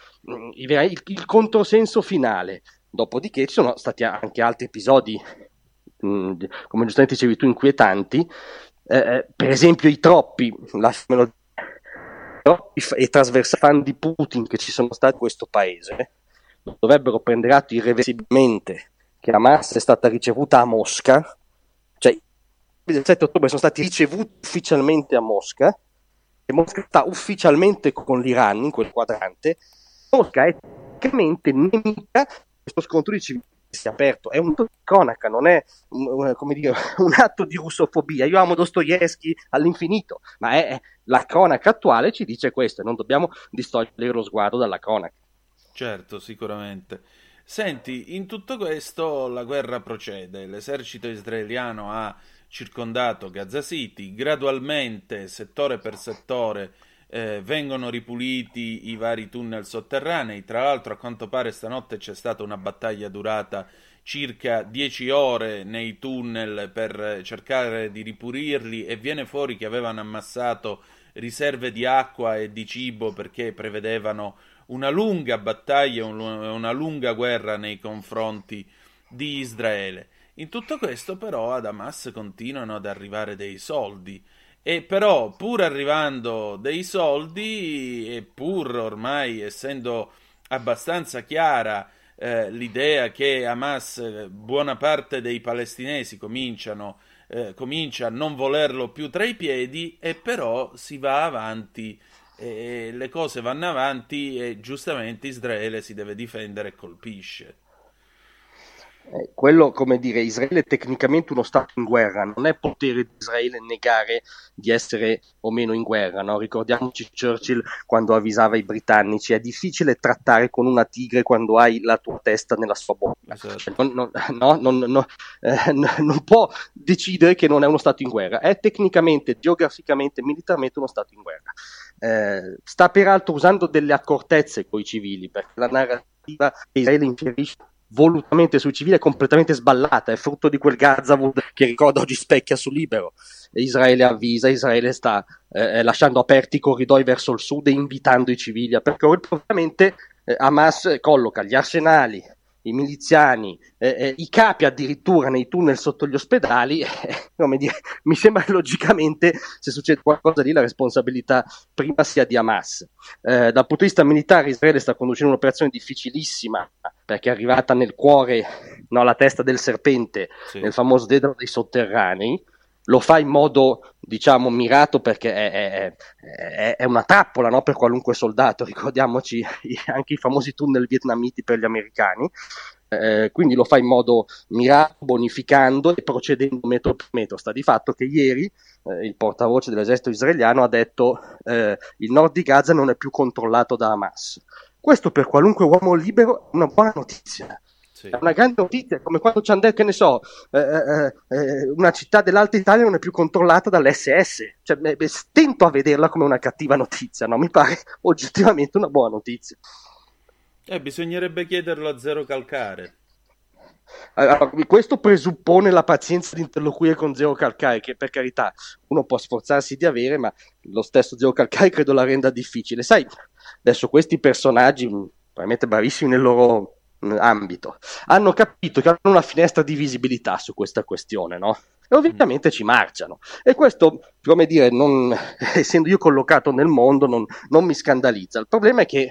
Il controsenso finale. Dopodiché ci sono stati anche altri episodi, come giustamente dicevi tu, inquietanti, per esempio i troppi e trasversali fan di Putin che ci sono stati in questo paese dovrebbero prendere atto irreversibilmente che Hamas è stata ricevuta a Mosca, cioè il 7 ottobre sono stati ricevuti ufficialmente a Mosca e Mosca sta ufficialmente con l'Iran in quel quadrante. Mosca è tecnicamente nemica. Questo scontro di civiltà si è aperto, è un atto di cronaca, non è come dire, un atto di russofobia. Io amo Dostoevsky all'infinito, ma la cronaca attuale ci dice questo e non dobbiamo distogliere lo sguardo dalla cronaca. Certo, sicuramente. Senti, in tutto questo la guerra procede, l'esercito israeliano ha circondato Gaza City, gradualmente, settore per settore, vengono ripuliti i vari tunnel sotterranei. Tra l'altro, a quanto pare stanotte c'è stata una battaglia durata circa 10 ore nei tunnel per cercare di ripulirli e viene fuori che avevano ammassato riserve di acqua e di cibo perché prevedevano una lunga battaglia, una lunga guerra nei confronti di Israele. In tutto questo però ad Hamas continuano ad arrivare dei soldi E però, pur arrivando dei soldi, e pur ormai essendo abbastanza chiara l'idea che Hamas, buona parte dei palestinesi comincia a non volerlo più tra i piedi, e però si va avanti, le cose vanno avanti e giustamente Israele si deve difendere e colpisce. Quello, come dire, Israele è tecnicamente uno stato in guerra, non è potere di Israele negare di essere o meno in guerra, no? Ricordiamoci Churchill quando avvisava i britannici: è difficile trattare con una tigre quando hai la tua testa nella sua bocca. Esatto. Non può decidere che non è uno stato in guerra, è tecnicamente, geograficamente, militarmente uno stato in guerra. Sta peraltro usando delle accortezze con i civili, perché la narrativa che Israele infierisce volutamente sui civili è completamente sballata, è frutto di quel Gazawood che ricorda oggi specchia su Libero. Israele avvisa, Israele sta lasciando aperti i corridoi verso il sud e invitando i civili a percorrere. Ovviamente Hamas colloca gli arsenali, i miliziani, i capi addirittura nei tunnel sotto gli ospedali. Come dire, mi sembra che logicamente, se succede qualcosa lì, la responsabilità prima sia di Hamas. Dal punto di vista militare Israele sta conducendo un'operazione difficilissima, perché è arrivata nel cuore, no, la testa del serpente, Sì. nel famoso dedalo dei sotterranei. Lo fa in modo, diciamo, mirato, perché è una trappola, no, per qualunque soldato. Ricordiamoci anche i famosi tunnel vietnamiti per gli americani. Quindi lo fa in modo mirato, bonificando e procedendo metro per metro. Sta di fatto che ieri il portavoce dell'esercito israeliano ha detto il nord di Gaza non è più controllato da Hamas. Questo per qualunque uomo libero è una buona notizia. Sì. È una grande notizia, come quando ci hanno detto, che ne so, una città dell'Alta Italia non è più controllata dall'SS. Cioè, stento a vederla come una cattiva notizia, no? Mi pare oggettivamente una buona notizia. Bisognerebbe chiederlo a Zero Calcare. Allora, questo presuppone la pazienza di interloquire con Zero Calcare, che per carità uno può sforzarsi di avere, ma lo stesso Zero Calcare credo la renda difficile. Sai, adesso questi personaggi, veramente bravissimi nel loro ambito, hanno capito che hanno una finestra di visibilità su questa questione, no? E ovviamente ci marciano, e questo, come dire, non, essendo io collocato nel mondo, non mi scandalizza. Il problema è che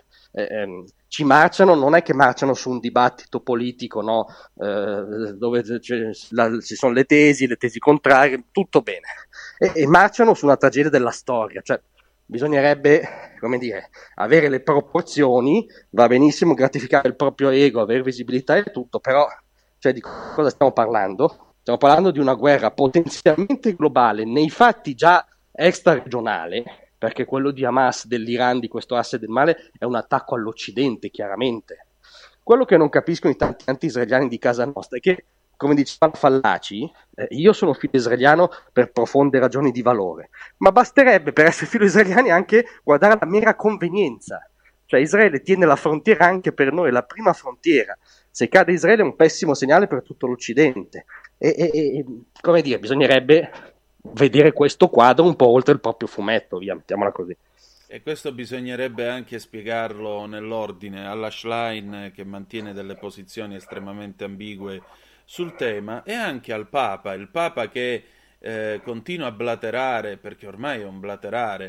ci marciano, non è che marciano su un dibattito politico, no? Dove ci sono le tesi contrarie, tutto bene, e marciano su una tragedia della storia. Cioè, bisognerebbe, come dire, avere le proporzioni. Va benissimo gratificare il proprio ego, avere visibilità e tutto, però, cioè, di cosa stiamo parlando? Stiamo parlando di una guerra potenzialmente globale, nei fatti già extraregionale, perché quello di Hamas, dell'Iran, di questo asse del male, è un attacco all'Occidente, chiaramente. Quello che non capiscono i tanti anti-israeliani di casa nostra è che, come diceva Fallaci, io sono figlio israeliano per profonde ragioni di valore, ma basterebbe per essere figlio israeliani anche guardare la mera convenienza. Cioè, Israele tiene la frontiera anche per noi, la prima frontiera. Se cade Israele è un pessimo segnale per tutto l'Occidente. E come dire, bisognerebbe vedere questo quadro un po' oltre il proprio fumetto, via, mettiamola così. E questo bisognerebbe anche spiegarlo nell'ordine alla Schlein, che mantiene delle posizioni estremamente ambigue sul tema, e anche al Papa, il Papa che continua a blaterare, perché ormai è un blaterare,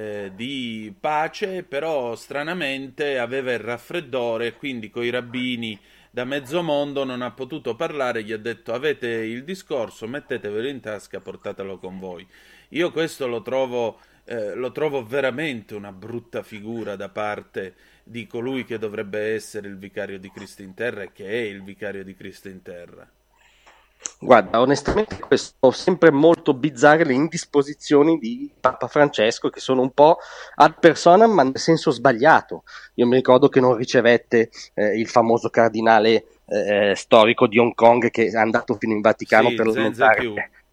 di pace, però stranamente aveva il raffreddore, quindi coi rabbini da mezzo mondo non ha potuto parlare. Gli ha detto: avete il discorso, mettetevelo in tasca, portatelo con voi. Io questo lo trovo veramente una brutta figura da parte di colui che dovrebbe essere il vicario di Cristo in terra, e che è il vicario di Cristo in terra. Guarda, onestamente questo sempre molto bizzarre le indisposizioni di Papa Francesco, che sono un po' ad personam, ma nel senso sbagliato. Io mi ricordo che non ricevette il famoso cardinale storico di Hong Kong, che è andato fino in Vaticano, Sì, per Zen lamentare.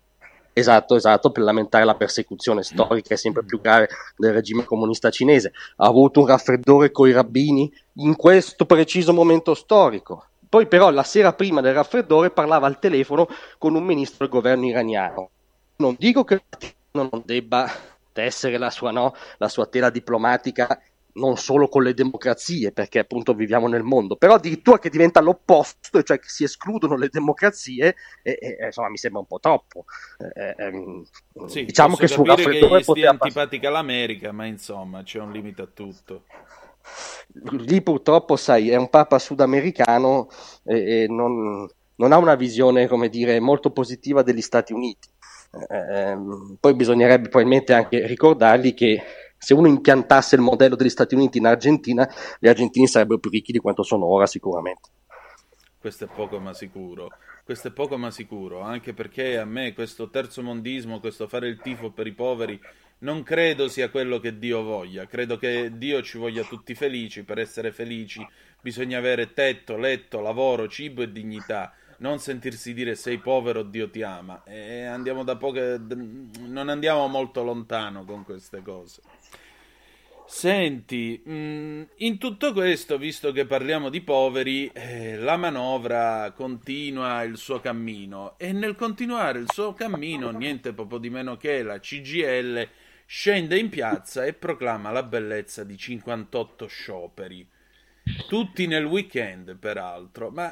Esatto, per lamentare la persecuzione storica e sempre più grave del regime comunista cinese. Ha avuto un raffreddore coi rabbini in questo preciso momento storico. Poi però la sera prima del raffreddore parlava al telefono con un ministro del governo iraniano. Non dico che non debba tessere la sua tela diplomatica non solo con le democrazie, perché appunto viviamo nel mondo, però addirittura che diventa l'opposto, cioè che si escludono le democrazie, insomma mi sembra un po' troppo. Sì, diciamo che sul raffreddore gli stia antipatica l'America, ma insomma c'è un limite a tutto. Lì purtroppo, sai, è un papa sudamericano e non ha una visione, come dire, molto positiva degli Stati Uniti. Poi bisognerebbe probabilmente anche ricordargli che se uno impiantasse il modello degli Stati Uniti in Argentina, gli argentini sarebbero più ricchi di quanto sono ora sicuramente. Questo è poco ma sicuro, anche perché a me questo terzomondismo, questo fare il tifo per i poveri, non credo sia quello che Dio voglia. Credo che Dio ci voglia tutti felici. Per essere felici bisogna avere tetto, letto, lavoro, cibo e dignità. Non sentirsi dire sei povero, Dio ti ama. E non andiamo molto lontano con queste cose. Senti, in tutto questo, visto che parliamo di poveri, la manovra continua il suo cammino e nel continuare il suo cammino niente poco di meno che la CGIL scende in piazza e proclama la bellezza di 58 scioperi, tutti nel weekend peraltro, ma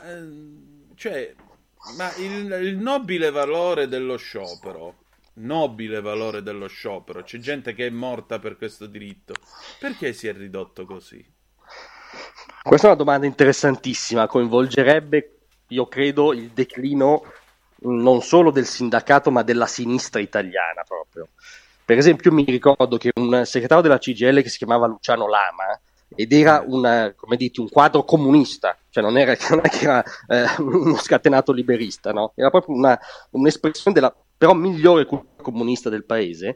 il nobile valore dello sciopero, c'è gente che è morta per questo diritto, perché si è ridotto così? Questa è una domanda interessantissima, coinvolgerebbe, io credo, il declino non solo del sindacato ma della sinistra italiana proprio. Per esempio mi ricordo che un segretario della CGIL che si chiamava Luciano Lama ed era un quadro comunista, cioè non è che era uno scatenato liberista, no? Era proprio un'espressione della però migliore cultura comunista del paese,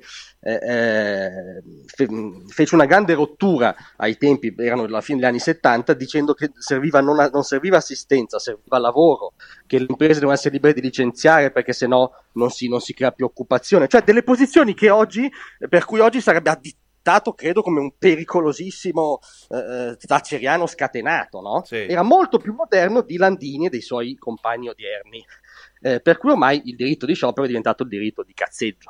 fece una grande rottura ai tempi, erano alla fine degli anni 70, dicendo che non serviva assistenza, serviva lavoro, che le imprese devono essere libere di licenziare perché sennò non si crea più occupazione, cioè delle posizioni per cui oggi sarebbe additato, credo, come un pericolosissimo thatcheriano scatenato, no? Sì. Era molto più moderno di Landini e dei suoi compagni odierni. Per cui ormai il diritto di sciopero è diventato il diritto di cazzeggio.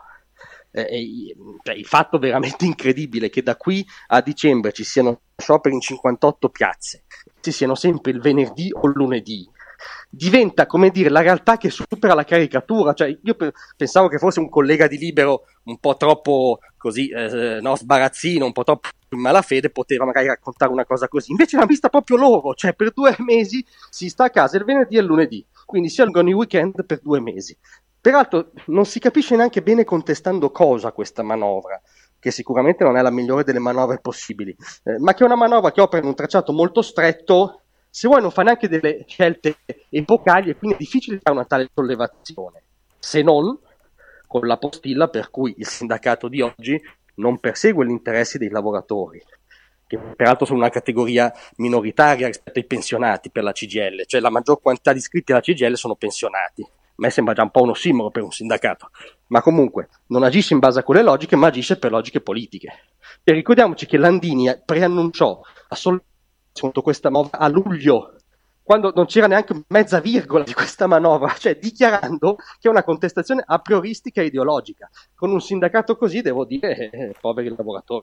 Il fatto veramente incredibile che da qui a dicembre ci siano scioperi in 58 piazze, ci siano sempre il venerdì o il lunedì, diventa, come dire, la realtà che supera la caricatura. Cioè, io pensavo che fosse un collega di Libero un po' troppo così, sbarazzino, un po' troppo in malafede, poteva magari raccontare una cosa così. Invece l'hanno vista proprio loro, cioè per 2 mesi si sta a casa il venerdì e il lunedì, quindi si allungano i weekend per 2 mesi. Peraltro non si capisce neanche bene contestando cosa questa manovra, che sicuramente non è la migliore delle manovre possibili, ma che è una manovra che opera in un tracciato molto stretto. Se vuoi non fa neanche delle scelte epocali e quindi è difficile fare una tale sollevazione, se non con la postilla per cui il sindacato di oggi non persegue gli interessi dei lavoratori, che peraltro sono una categoria minoritaria rispetto ai pensionati per la CGIL, cioè la maggior quantità di iscritti alla CGIL sono pensionati. A me sembra già un po' un ossimoro per un sindacato, ma comunque non agisce in base a quelle logiche, ma agisce per logiche politiche. E ricordiamoci che Landini preannunciò contro questa manovra a luglio, quando non c'era neanche mezza virgola di questa manovra, cioè dichiarando che è una contestazione a prioristica e ideologica. Con un sindacato così, devo dire, poveri lavoratori.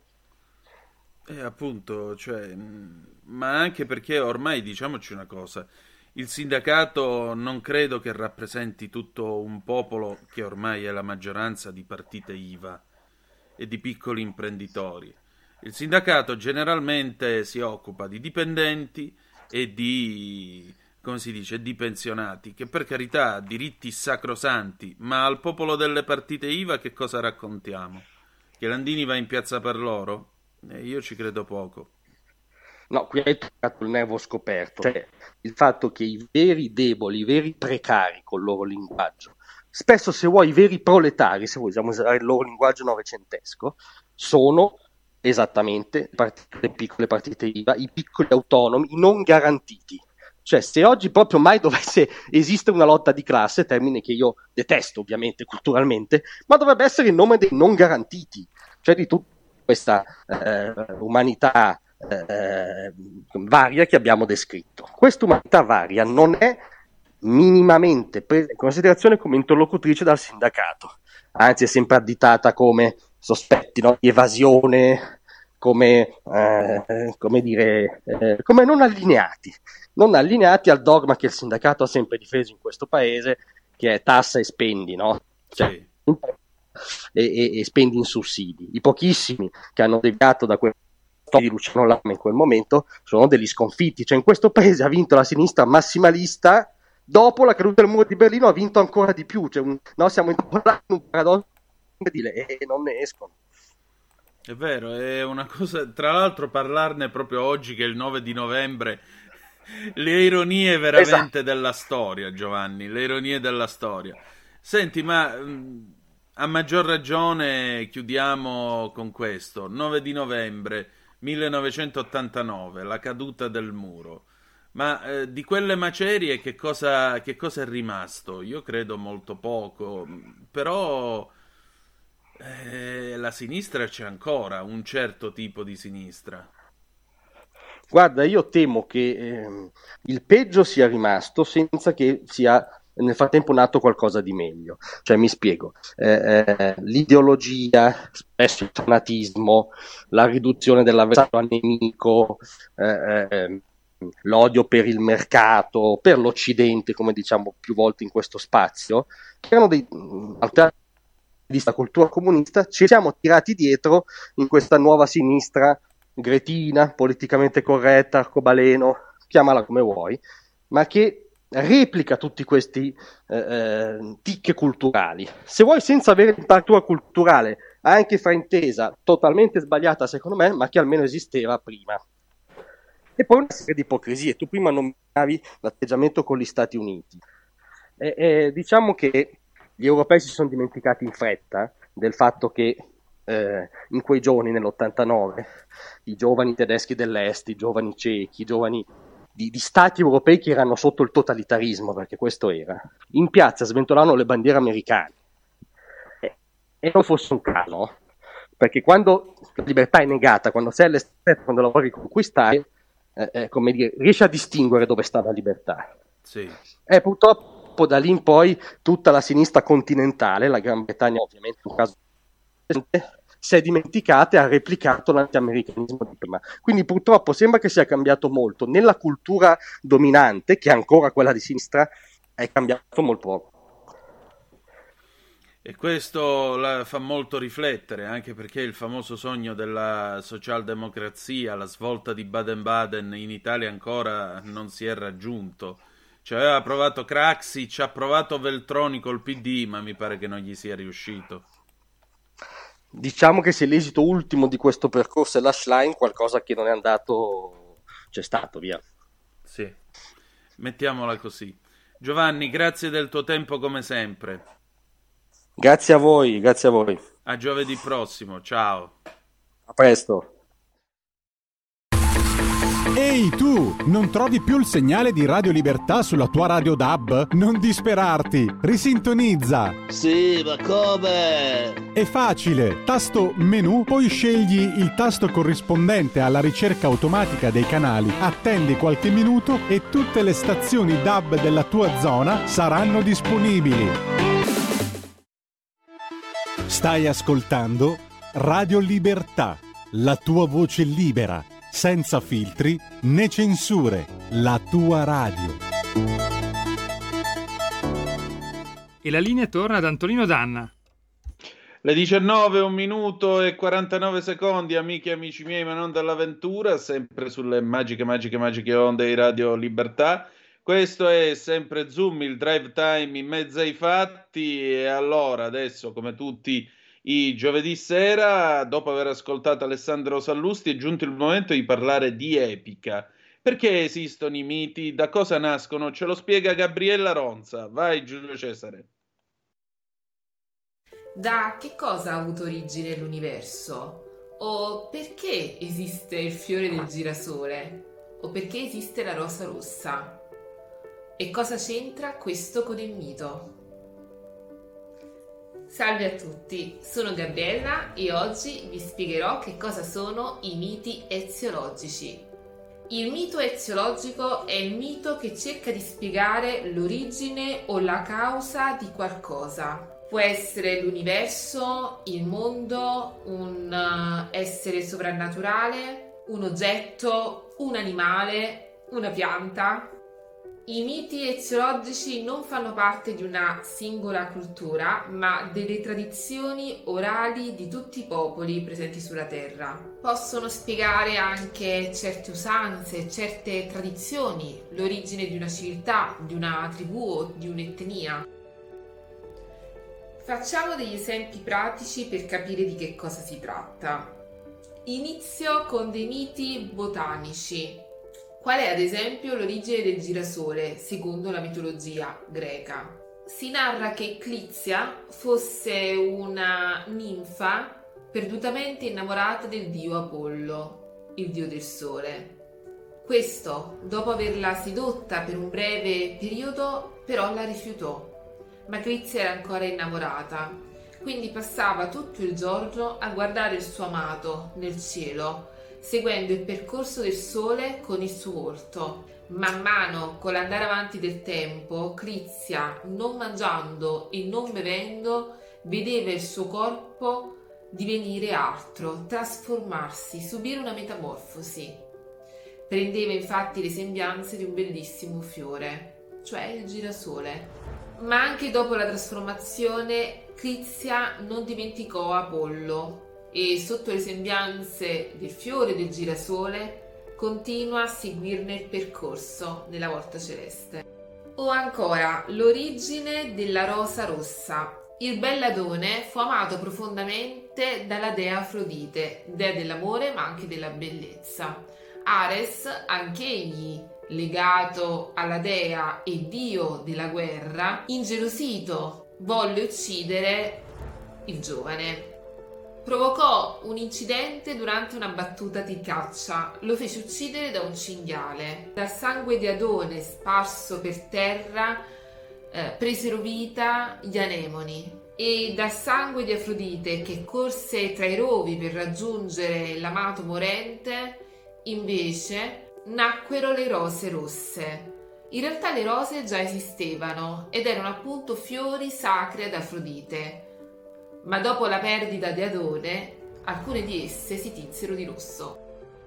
Appunto, cioè, ma anche perché ormai, diciamoci una cosa, il sindacato non credo che rappresenti tutto un popolo che ormai è la maggioranza di partite IVA e di piccoli imprenditori. Il sindacato generalmente si occupa di dipendenti e di, come si dice, di pensionati, che per carità diritti sacrosanti, ma al popolo delle partite IVA che cosa raccontiamo? Che Landini va in piazza per loro? Io ci credo poco. No, qui hai toccato il nervo scoperto, cioè il fatto che i veri deboli, i veri precari col loro linguaggio, spesso se vuoi i veri proletari, se vogliamo usare il loro linguaggio novecentesco, sono esattamente le piccole partite IVA, i piccoli autonomi, i non garantiti. Cioè, se oggi proprio mai dovesse esistere una lotta di classe, termine che io detesto ovviamente culturalmente, ma dovrebbe essere in nome dei non garantiti, cioè di tutta questa umanità varia che abbiamo descritto. Questa umanità varia non è minimamente presa in considerazione come interlocutrice dal sindacato, anzi è sempre additata come sospetti, no? Di evasione, come non allineati al dogma che il sindacato ha sempre difeso in questo paese, che è tassa e spendi, no? Cioè, Sì. e spendi in sussidi. I pochissimi che hanno deviato da quel di Luciano Lama in quel momento sono degli sconfitti. Cioè, in questo paese ha vinto la sinistra massimalista, dopo la caduta del muro di Berlino ha vinto ancora di più. Cioè, siamo in un paradosso e non ne escono. È vero, è una cosa, tra l'altro parlarne proprio oggi che è il 9 di novembre, le ironie veramente della storia, Giovanni, le ironie della storia. Senti, ma a maggior ragione chiudiamo con questo, 9 di novembre 1989, la caduta del muro. Ma di quelle macerie che cosa è rimasto? Io credo molto poco, però la sinistra c'è ancora, un certo tipo di sinistra. Guarda, io temo che il peggio sia rimasto senza che sia nel frattempo nato qualcosa di meglio. Cioè, mi spiego, l'ideologia, spesso il fanatismo, la riduzione dell'avversario al nemico, l'odio per il mercato, per l'Occidente, come diciamo più volte in questo spazio, erano dei di questa cultura comunista, ci siamo tirati dietro in questa nuova sinistra gretina, politicamente corretta, arcobaleno, chiamala come vuoi, ma che replica tutti questi tic culturali. Se vuoi, senza avere un'apertura culturale, anche fraintesa, totalmente sbagliata secondo me, ma che almeno esisteva prima. E poi una serie di ipocrisie. Tu prima nominavi l'atteggiamento con gli Stati Uniti. Diciamo che gli europei si sono dimenticati in fretta del fatto che in quei giorni, nell'89, i giovani tedeschi dell'est, i giovani cechi, i giovani di stati europei che erano sotto il totalitarismo, perché questo era, in piazza sventolavano le bandiere americane. E non fosse un caso, no? Perché quando la libertà è negata, quando sei all'esterno, quando la vuoi riconquistare, come dire, riesci a distinguere dove sta la libertà. Sì. Purtroppo da lì in poi tutta la sinistra continentale, la Gran Bretagna ovviamente un caso, si è dimenticata e ha replicato l'antiamericanismo di prima. Quindi purtroppo sembra che sia cambiato molto. Nella cultura dominante, che è ancora quella di sinistra, è cambiato molto poco. E questo la fa molto riflettere, anche perché il famoso sogno della socialdemocrazia, la svolta di Baden-Baden in Italia ancora non si è raggiunto. Cioè aveva provato Craxi, ci ha provato Veltroni col PD, ma mi pare che non gli sia riuscito. Diciamo che se l'esito ultimo di questo percorso è la Schlein, qualcosa che non è andato c'è stato, via. Sì, mettiamola così. Giovanni, grazie del tuo tempo come sempre. Grazie a voi, grazie a voi. A giovedì prossimo, ciao. A presto. Ehi tu, non trovi più il segnale di Radio Libertà sulla tua radio DAB? Non disperarti, risintonizza. Sì, ma come? È facile, tasto menu, poi scegli il tasto corrispondente alla ricerca automatica dei canali, attendi qualche minuto e tutte le stazioni DAB della tua zona saranno disponibili. Stai ascoltando Radio Libertà, la tua voce libera, senza filtri né censure, la tua radio. E la linea torna ad Antonino Danna. Le 19, 1 minuto e 49 secondi, amiche e amici miei, ma non dall'avventura, sempre sulle magiche onde di Radio Libertà. Questo è sempre Zoom, il drive time in mezzo ai fatti. E allora, adesso, come tutti i giovedì sera, dopo aver ascoltato Alessandro Sallusti, è giunto il momento di parlare di epica. Perché esistono i miti? Da cosa nascono? Ce lo spiega Gabriella Ronza. Vai, Giulio Cesare. Da che cosa ha avuto origine l'universo? O perché esiste il fiore del girasole? O perché esiste la rosa rossa? E cosa c'entra questo con il mito? Salve a tutti, sono Gabriella e oggi vi spiegherò che cosa sono i miti eziologici. Il mito eziologico è il mito che cerca di spiegare l'origine o la causa di qualcosa. Può essere l'universo, il mondo, un essere sovrannaturale, un oggetto, un animale, una pianta. I miti eziologici non fanno parte di una singola cultura, ma delle tradizioni orali di tutti i popoli presenti sulla Terra. Possono spiegare anche certe usanze, certe tradizioni, l'origine di una civiltà, di una tribù o di un'etnia. Facciamo degli esempi pratici per capire di che cosa si tratta. Inizio con dei miti botanici. Qual è ad esempio l'origine del girasole, secondo la mitologia greca? Si narra che Clizia fosse una ninfa perdutamente innamorata del dio Apollo, il dio del sole. Questo, dopo averla sedotta per un breve periodo, però la rifiutò. Ma Clizia era ancora innamorata, quindi passava tutto il giorno a guardare il suo amato nel cielo, seguendo il percorso del sole con il suo volto. Man mano, con l'andare avanti del tempo, Clizia, non mangiando e non bevendo, vedeva il suo corpo divenire altro, trasformarsi, subire una metamorfosi. Prendeva infatti le sembianze di un bellissimo fiore, cioè il girasole. Ma anche dopo la trasformazione, Clizia non dimenticò Apollo e sotto le sembianze del fiore del girasole continua a seguirne il percorso nella volta celeste. O ancora l'origine della rosa rossa. Il belladone fu amato profondamente dalla dea Afrodite, dea dell'amore ma anche della bellezza. Ares, anch'egli legato alla dea e dio della guerra, ingelosito, volle uccidere il giovane. Provocò un incidente durante una battuta di caccia, lo fece uccidere da un cinghiale. Dal sangue di Adone sparso per terra presero vita gli anemoni, e dal sangue di Afrodite che corse tra i rovi per raggiungere l'amato morente invece nacquero le rose rosse. In realtà le rose già esistevano ed erano appunto fiori sacri ad Afrodite, ma dopo la perdita di Adone alcune di esse si tinsero di rosso.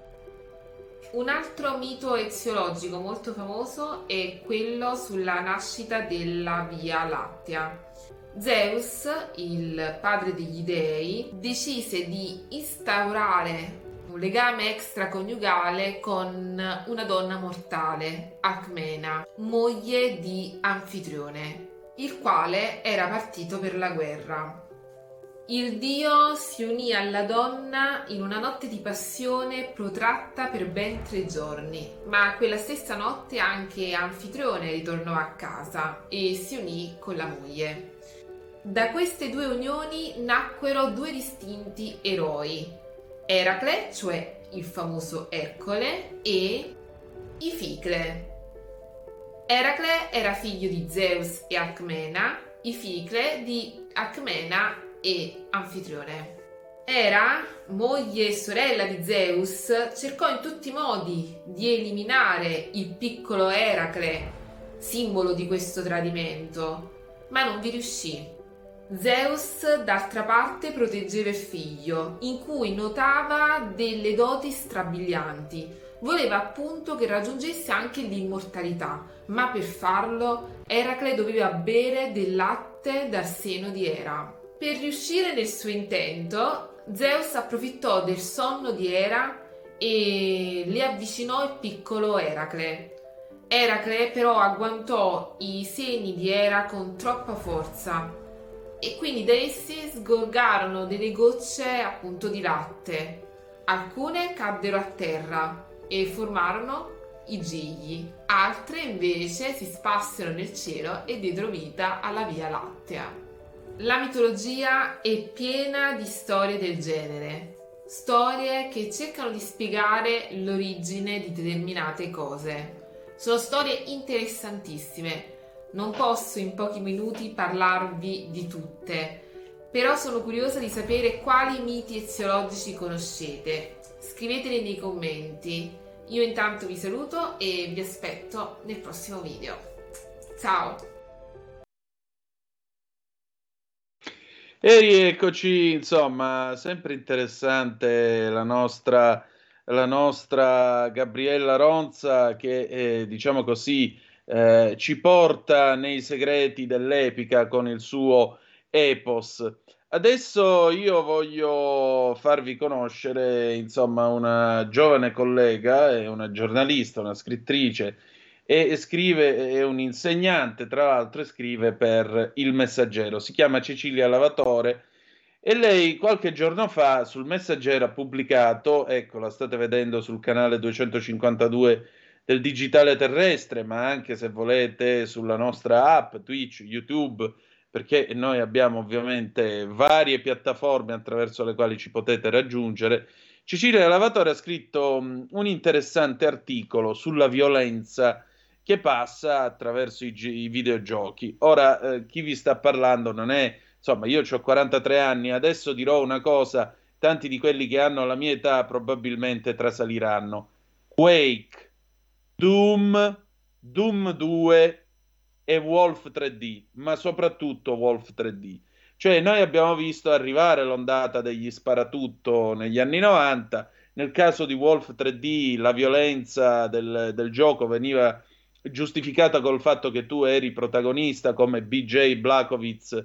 Un altro mito eziologico molto famoso è quello sulla nascita della Via Lattea. Zeus, il padre degli dei, decise di instaurare un legame extraconiugale con una donna mortale, Alcmena, moglie di Anfitrione, il quale era partito per la guerra. Il dio si unì alla donna in una notte di passione protratta per ben 3 giorni, ma quella stessa notte anche Anfitrione ritornò a casa e si unì con la moglie. Da queste 2 unioni nacquero 2 distinti eroi, Eracle, cioè il famoso Ercole, e Ificle. Eracle era figlio di Zeus e Alcmena, Ificle di Alcmena e Anfitrione. Era, moglie e sorella di Zeus, cercò in tutti i modi di eliminare il piccolo Eracle, simbolo di questo tradimento, ma non vi riuscì. Zeus, d'altra parte, proteggeva il figlio, in cui notava delle doti strabilianti. Voleva appunto che raggiungesse anche l'immortalità, ma per farlo Eracle doveva bere del latte dal seno di Era. Per riuscire nel suo intento, Zeus approfittò del sonno di Era e le avvicinò il piccolo Eracle. Eracle però agguantò i seni di Era con troppa forza e quindi da essi sgorgarono delle gocce appunto di latte. Alcune caddero a terra e formarono i gigli, altre invece si sparsero nel cielo e diedero vita alla Via Lattea. La mitologia è piena di storie del genere, storie che cercano di spiegare l'origine di determinate cose. Sono storie interessantissime. Non posso in pochi minuti parlarvi di tutte, però sono curiosa di sapere quali miti eziologici conoscete. Scriveteli nei commenti. Io intanto vi saluto e vi aspetto nel prossimo video. Ciao! E rieccoci, insomma, sempre interessante la nostra Gabriella Ronza che, diciamo così, ci porta nei segreti dell'epica con il suo epos. Adesso io voglio farvi conoscere, insomma, una giovane collega, è una giornalista, una scrittrice e scrive, è un insegnante, tra l'altro, e scrive per Il Messaggero. Si chiama Cecilia Lavatore e lei qualche giorno fa sul Messaggero ha pubblicato, ecco, la state vedendo sul canale 252 del Digitale Terrestre, ma anche se volete sulla nostra app, Twitch, YouTube, perché noi abbiamo ovviamente varie piattaforme attraverso le quali ci potete raggiungere. Cecilia Lavatore ha scritto un interessante articolo sulla violenza che passa attraverso i videogiochi. Ora, chi vi sta parlando non è, insomma, io ho 43 anni, adesso dirò una cosa, tanti di quelli che hanno la mia età probabilmente trasaliranno. Quake, Doom, Doom 2 e Wolf 3D, ma soprattutto Wolf 3D. Cioè, noi abbiamo visto arrivare l'ondata degli sparatutto negli anni 90. Nel caso di Wolf 3D, la violenza del gioco veniva giustificata col fatto che tu eri protagonista come BJ Blazkowicz,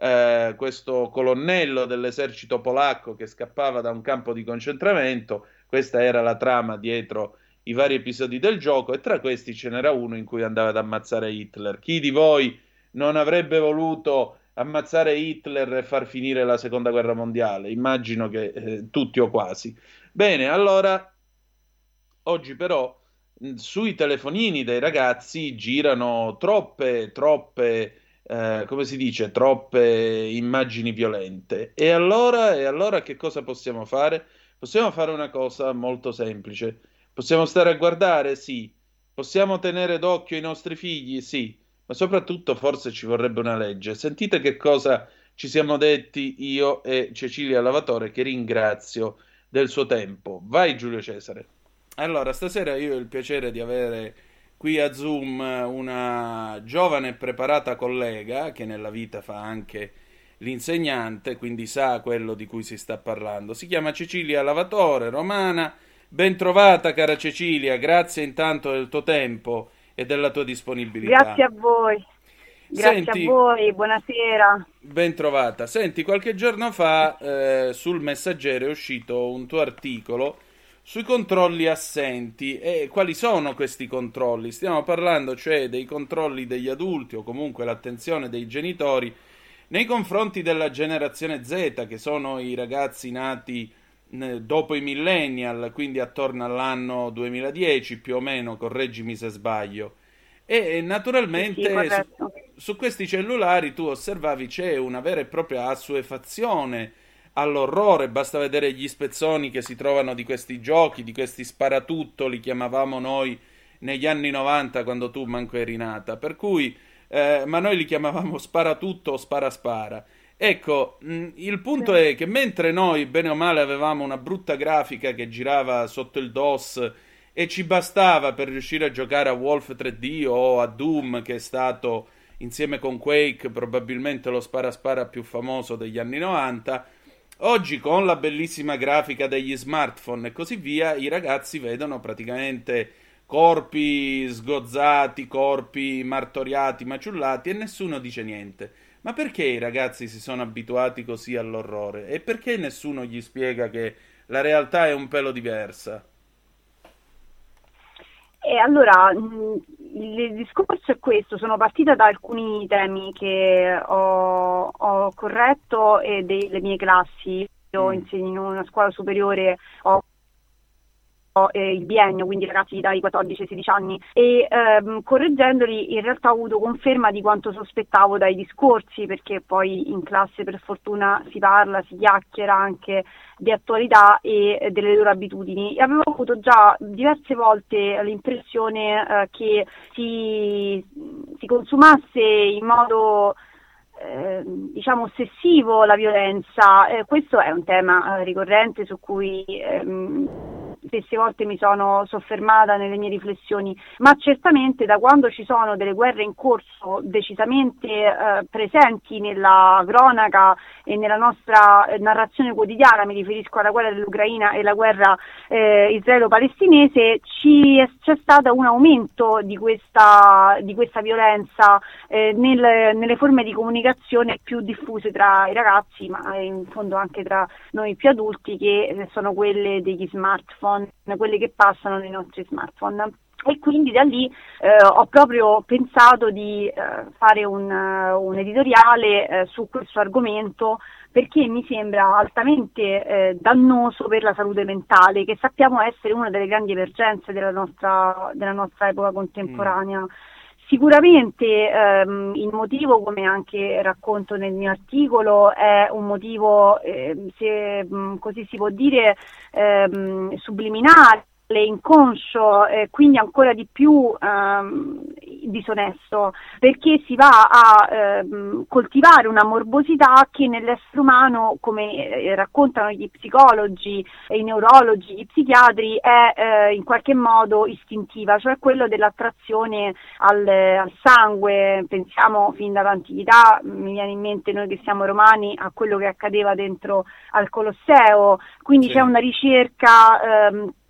questo colonnello dell'esercito polacco che scappava da un campo di concentramento. Questa era la trama dietro i vari episodi del gioco, e tra questi ce n'era uno in cui andava ad ammazzare Hitler. Chi di voi non avrebbe voluto ammazzare Hitler e far finire la seconda guerra mondiale? Immagino che tutti o quasi. Bene, allora oggi però sui telefonini dei ragazzi girano troppe, come si dice, troppe immagini violente. E allora che cosa possiamo fare? Possiamo fare una cosa molto semplice. Possiamo stare a guardare? Sì. Possiamo tenere d'occhio i nostri figli? Sì. Ma soprattutto forse ci vorrebbe una legge. Sentite che cosa ci siamo detti io e Cecilia Lavatore, che ringrazio del suo tempo. Vai Giulio Cesare. Allora, stasera io ho il piacere di avere qui a Zoom una giovane e preparata collega che nella vita fa anche l'insegnante, quindi sa quello di cui si sta parlando. Si chiama Cecilia Lavatore, romana. Ben trovata, cara Cecilia, grazie intanto del tuo tempo e della tua disponibilità. Grazie a voi. Grazie Senti, a voi, buonasera. ben trovata. Senti, qualche giorno fa sul Messaggero è uscito un tuo articolo sui controlli assenti. E quali sono questi controlli? Stiamo parlando cioè dei controlli degli adulti o comunque l'attenzione dei genitori nei confronti della generazione Z, che sono i ragazzi nati dopo i millennial, quindi attorno all'anno 2010 più o meno, correggimi se sbaglio. E naturalmente Sì, corretto. su questi cellulari tu osservavi c'è una vera e propria assuefazione all'orrore, basta vedere gli spezzoni che si trovano di questi giochi, di questi sparatutto, li chiamavamo noi negli anni 90 quando tu manco eri nata, per cui, ma noi li chiamavamo sparatutto o spara. Ecco, il punto è che mentre noi, bene o male, avevamo una brutta grafica che girava sotto il DOS e ci bastava per riuscire a giocare a Wolf 3D o a Doom, che è stato, insieme con Quake, probabilmente lo spara più famoso degli anni 90, oggi con la bellissima grafica degli smartphone e così via, i ragazzi vedono praticamente corpi sgozzati, corpi martoriati, maciullati e nessuno dice niente. Ma perché i ragazzi si sono abituati così all'orrore? E perché nessuno gli spiega che la realtà è un pelo diversa? E allora, il discorso è questo, sono partita da alcuni temi che ho corretto e delle mie classi. Io insegno in una scuola superiore, ho il biennio, quindi ragazzi dai 14 ai 16 anni, e correggendoli in realtà ho avuto conferma di quanto sospettavo dai discorsi, perché poi in classe per fortuna si parla, si chiacchiera anche di attualità e delle loro abitudini, e avevo avuto già diverse volte l'impressione che si consumasse in modo diciamo ossessivo la violenza. Questo è un tema ricorrente su cui spesse volte mi sono soffermata nelle mie riflessioni, ma certamente da quando ci sono delle guerre in corso decisamente presenti nella cronaca e nella nostra narrazione quotidiana, mi riferisco alla guerra dell'Ucraina e la guerra israelo-palestinese, c'è stato un aumento di questa violenza nelle forme di comunicazione più diffuse tra i ragazzi, ma in fondo anche tra noi più adulti, che sono quelle degli smartphone, quelle che passano nei nostri smartphone. E quindi da lì ho proprio pensato di fare un editoriale su questo argomento, perché mi sembra altamente dannoso per la salute mentale, che sappiamo essere una delle grandi emergenze della nostra epoca contemporanea. Sicuramente il motivo, come anche racconto nel mio articolo, è un motivo, se così si può dire, subliminale, inconscio, quindi ancora di più disonesto, perché si va a coltivare una morbosità che nell'essere umano, come raccontano gli psicologi, i neurologi, gli psichiatri, è in qualche modo istintiva, cioè quello dell'attrazione al sangue. Pensiamo fin dall'antichità, mi viene in mente, noi che siamo romani, a quello che accadeva dentro al Colosseo, quindi c'è una ricerca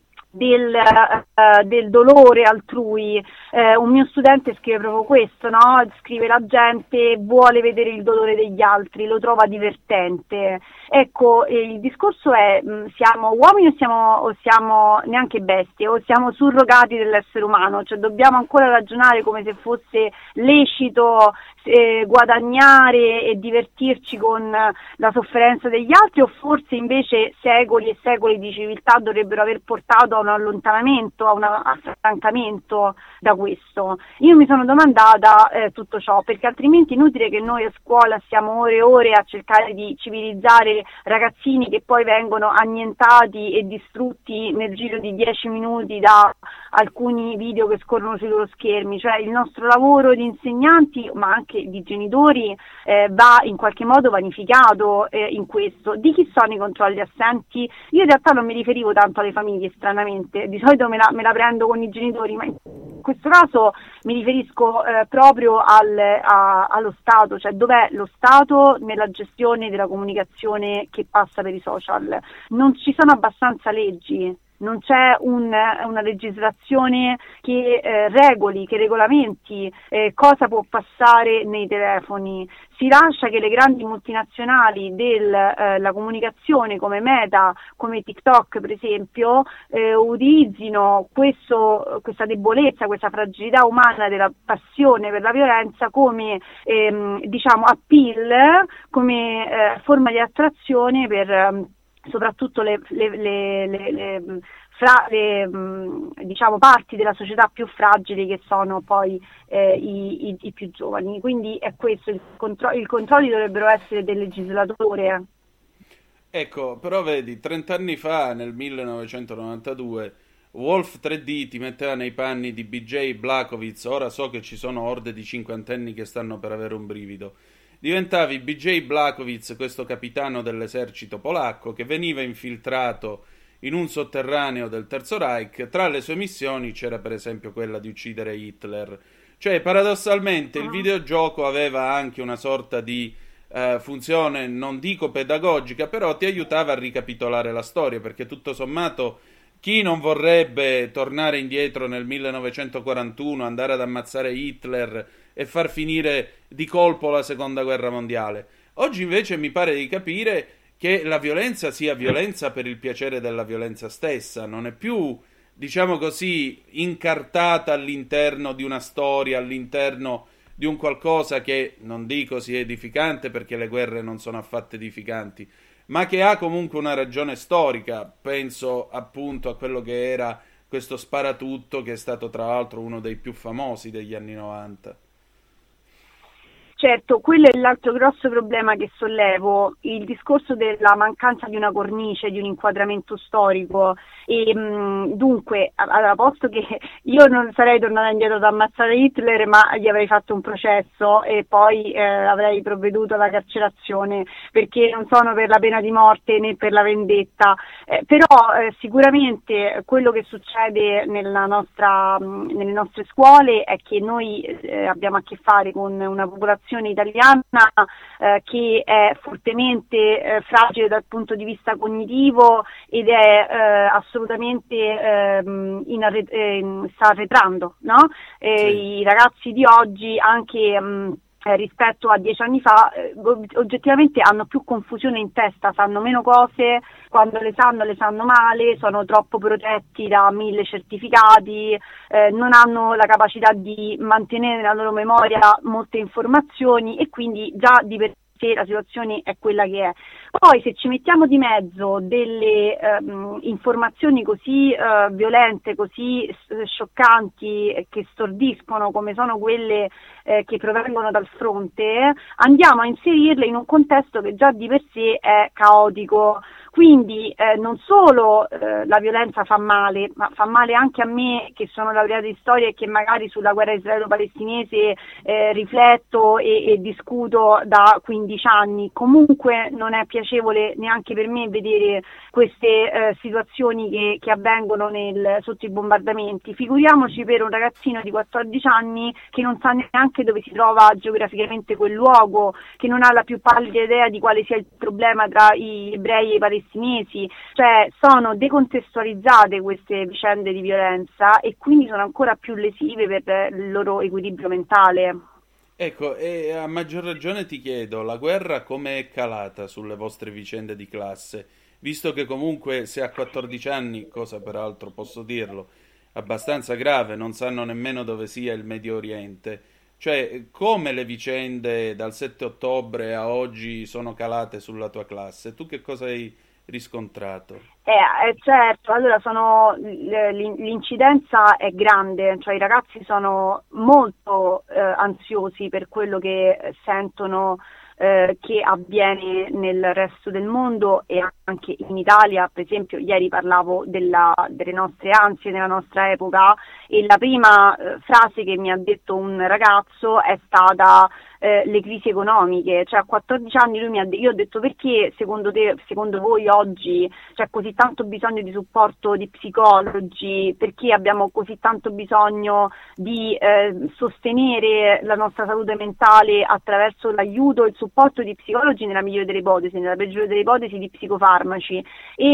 del dolore altrui. Un mio studente scrive proprio questo, no? Scrive: la gente vuole vedere il dolore degli altri, lo trova divertente. Ecco, il discorso è: siamo uomini o siamo neanche bestie, o siamo surrogati dell'essere umano? Cioè dobbiamo ancora ragionare come se fosse lecito guadagnare e divertirci con la sofferenza degli altri, o forse invece secoli e secoli di civiltà dovrebbero aver portato a un allontanamento, a un affrancamento da questo? Io mi sono domandata tutto ciò, perché altrimenti è inutile che noi a scuola stiamo ore e ore a cercare di civilizzare ragazzini che poi vengono annientati e distrutti nel giro di 10 minuti da alcuni video che scorrono sui loro schermi. Cioè il nostro lavoro di insegnanti, ma anche di genitori, va in qualche modo vanificato in questo. Di chi sono i controlli assenti? Io in realtà non mi riferivo tanto alle famiglie, stranamente, di solito me la prendo con i genitori, ma in questo caso mi riferisco proprio allo Stato, cioè dov'è lo Stato nella gestione della comunicazione che passa per i social. Non ci sono abbastanza leggi, non c'è una legislazione che regoli, che regolamenti cosa può passare nei telefoni. Si lascia che le grandi multinazionali della comunicazione, come Meta, come TikTok per esempio, utilizzino questa debolezza, questa fragilità umana della passione per la violenza come appeal, come forma di attrazione per soprattutto le parti della società più fragili, che sono poi i più giovani. Quindi è questo, i controlli dovrebbero essere del legislatore. Ecco, però vedi, 30 anni fa, nel 1992, Wolf 3D ti metteva nei panni di BJ Blazkowicz. Ora so che ci sono orde di cinquantenni che stanno per avere un brivido. Diventavi BJ Blazkowicz, questo capitano dell'esercito polacco che veniva infiltrato in un sotterraneo del Terzo Reich. Tra le sue missioni c'era per esempio quella di uccidere Hitler. Cioè, paradossalmente, il videogioco aveva anche una sorta di funzione, non dico pedagogica, però ti aiutava a ricapitolare la storia, perché tutto sommato chi non vorrebbe tornare indietro nel 1941, andare ad ammazzare Hitler e far finire di colpo la seconda guerra mondiale? Oggi invece mi pare di capire che la violenza sia violenza per il piacere della violenza stessa, non è più, diciamo così, incartata all'interno di una storia, all'interno di un qualcosa che, non dico sia edificante perché le guerre non sono affatto edificanti, ma che ha comunque una ragione storica. Penso appunto a quello che era questo sparatutto, che è stato tra l'altro uno dei più famosi degli anni 90. Certo, quello è l'altro grosso problema che sollevo, il discorso della mancanza di una cornice, di un inquadramento storico e dunque, a posto che io non sarei tornata indietro ad ammazzare Hitler, ma gli avrei fatto un processo e poi avrei provveduto alla carcerazione, perché non sono per la pena di morte né per la vendetta, però sicuramente quello che succede nelle nostre scuole è che noi abbiamo a che fare con una popolazione italiana che è fortemente fragile dal punto di vista cognitivo ed è assolutamente sta arretrando, no? Sì. I ragazzi di oggi anche rispetto a 10 anni fa oggettivamente hanno più confusione in testa, sanno meno cose, quando le sanno male, sono troppo protetti da 1000 certificati, non hanno la capacità di mantenere nella loro memoria molte informazioni e quindi già di per sé la situazione è quella che è. Poi se ci mettiamo di mezzo delle informazioni così violente, così scioccanti, che stordiscono come sono quelle che provengono dal fronte, andiamo a inserirle in un contesto che già di per sé è caotico. Quindi non solo la violenza fa male, ma fa male anche a me che sono laureata in storia e che magari sulla guerra israelo-palestinese rifletto e discuto da 15 anni. Comunque non è piacevole neanche per me vedere queste situazioni che avvengono sotto i bombardamenti. Figuriamoci per un ragazzino di 14 anni che non sa neanche dove si trova geograficamente quel luogo, che non ha la più pallida idea di quale sia il problema tra gli ebrei e i palestinesi. Cioè sono decontestualizzate queste vicende di violenza e quindi sono ancora più lesive per il loro equilibrio mentale. Ecco, e a maggior ragione ti chiedo, la guerra come è calata sulle vostre vicende di classe? Visto che comunque se a 14 anni, cosa peraltro posso dirlo, abbastanza grave, non sanno nemmeno dove sia il Medio Oriente. Cioè, come le vicende dal 7 ottobre a oggi sono calate sulla tua classe? Tu che cosa hai riscontrato? Certo, allora l'incidenza è grande, cioè i ragazzi sono molto ansiosi per quello che sentono che avviene nel resto del mondo e anche in Italia. Per esempio ieri parlavo delle nostre ansie nella nostra epoca e la prima frase che mi ha detto un ragazzo è stata le crisi economiche, cioè a 14 anni io ho detto: perché secondo voi oggi c'è così tanto bisogno di supporto di psicologi, perché abbiamo così tanto bisogno di sostenere la nostra salute mentale attraverso l'aiuto e il supporto di psicologi, nella migliore delle ipotesi, nella peggiore delle ipotesi di psicofarmaci.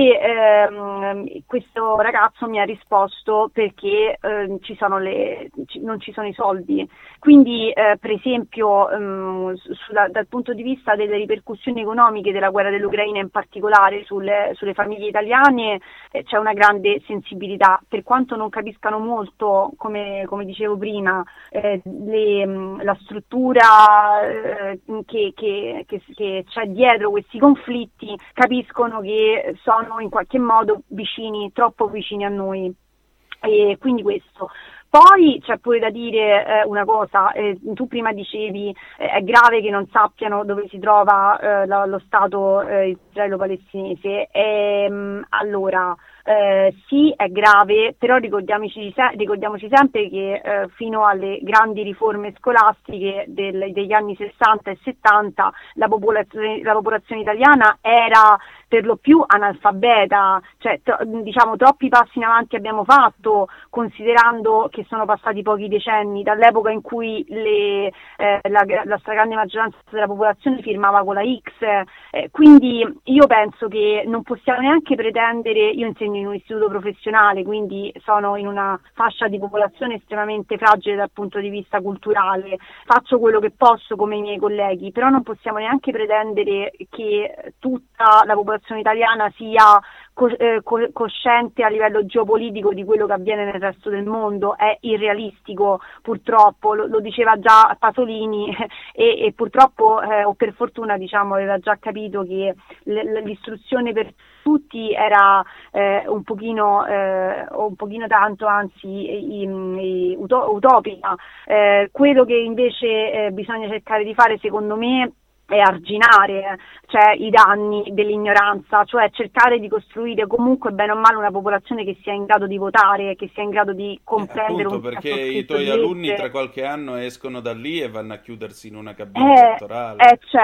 E questo ragazzo mi ha risposto perché non ci sono i soldi. Quindi per esempio dal punto di vista delle ripercussioni economiche della guerra dell'Ucraina, in particolare sulle famiglie italiane, c'è una grande sensibilità, per quanto non capiscano molto, come dicevo prima, la struttura che c'è dietro questi conflitti, capiscono che sono in qualche modo troppo vicini a noi. E quindi questo. Poi c'è pure da dire una cosa, tu prima dicevi è grave che non sappiano dove si trova lo Stato israelo-palestinese, allora sì, è grave, però ricordiamoci sempre che fino alle grandi riforme scolastiche degli anni 60 e 70 la popolazione italiana era per lo più analfabeta, cioè troppi passi in avanti abbiamo fatto, considerando che sono passati pochi decenni dall'epoca in cui la stragrande maggioranza della popolazione firmava con la X, quindi io penso che non possiamo neanche pretendere. Io insegno in un istituto professionale, quindi sono in una fascia di popolazione estremamente fragile dal punto di vista culturale, faccio quello che posso come i miei colleghi, però non possiamo neanche pretendere che tutta la popolazione italiana sia cosciente a livello geopolitico di quello che avviene nel resto del mondo, è irrealistico purtroppo, lo diceva già Pasolini e purtroppo o per fortuna diciamo aveva già capito che l'istruzione per tutti era un pochino tanto, anzi utopica. Quello che invece bisogna cercare di fare, secondo me, è arginare, cioè, i danni dell'ignoranza, cioè cercare di costruire comunque bene o male una popolazione che sia in grado di votare, che sia in grado di comprendere appunto, un perché testo i scritto tuoi di alunni legge. tra qualche anno escono da lì e vanno a chiudersi in una cabina elettorale.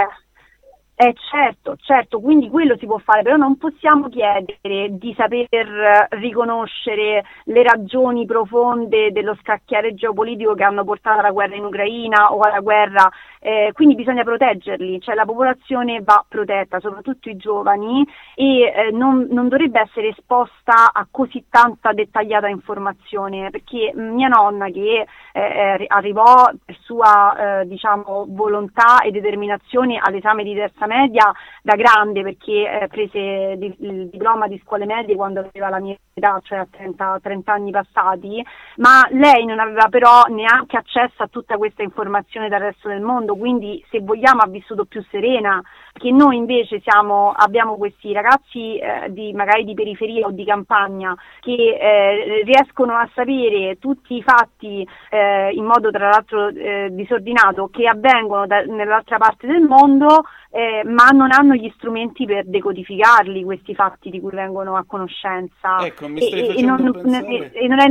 Certo, quindi quello si può fare, però non possiamo chiedere di saper riconoscere le ragioni profonde dello scacchiere geopolitico che hanno portato alla guerra in Ucraina o alla guerra, quindi bisogna proteggerli, cioè la popolazione va protetta, soprattutto i giovani, e non dovrebbe essere esposta a così tanta dettagliata informazione, perché mia nonna, che arrivò per sua diciamo volontà e determinazione all'esame di terza media da grande, perché prese il diploma di scuole medie quando aveva la mia età, cioè a 30 anni passati, ma lei non aveva però neanche accesso a tutta questa informazione dal resto del mondo, quindi se vogliamo ha vissuto più serena, che noi invece abbiamo questi ragazzi magari di periferia o di campagna che riescono a sapere tutti i fatti in modo tra l'altro disordinato che avvengono nell'altra parte del mondo, ma non hanno gli strumenti per decodificarli, questi fatti di cui vengono a conoscenza. Ecco, mi stai facendo pensare... E non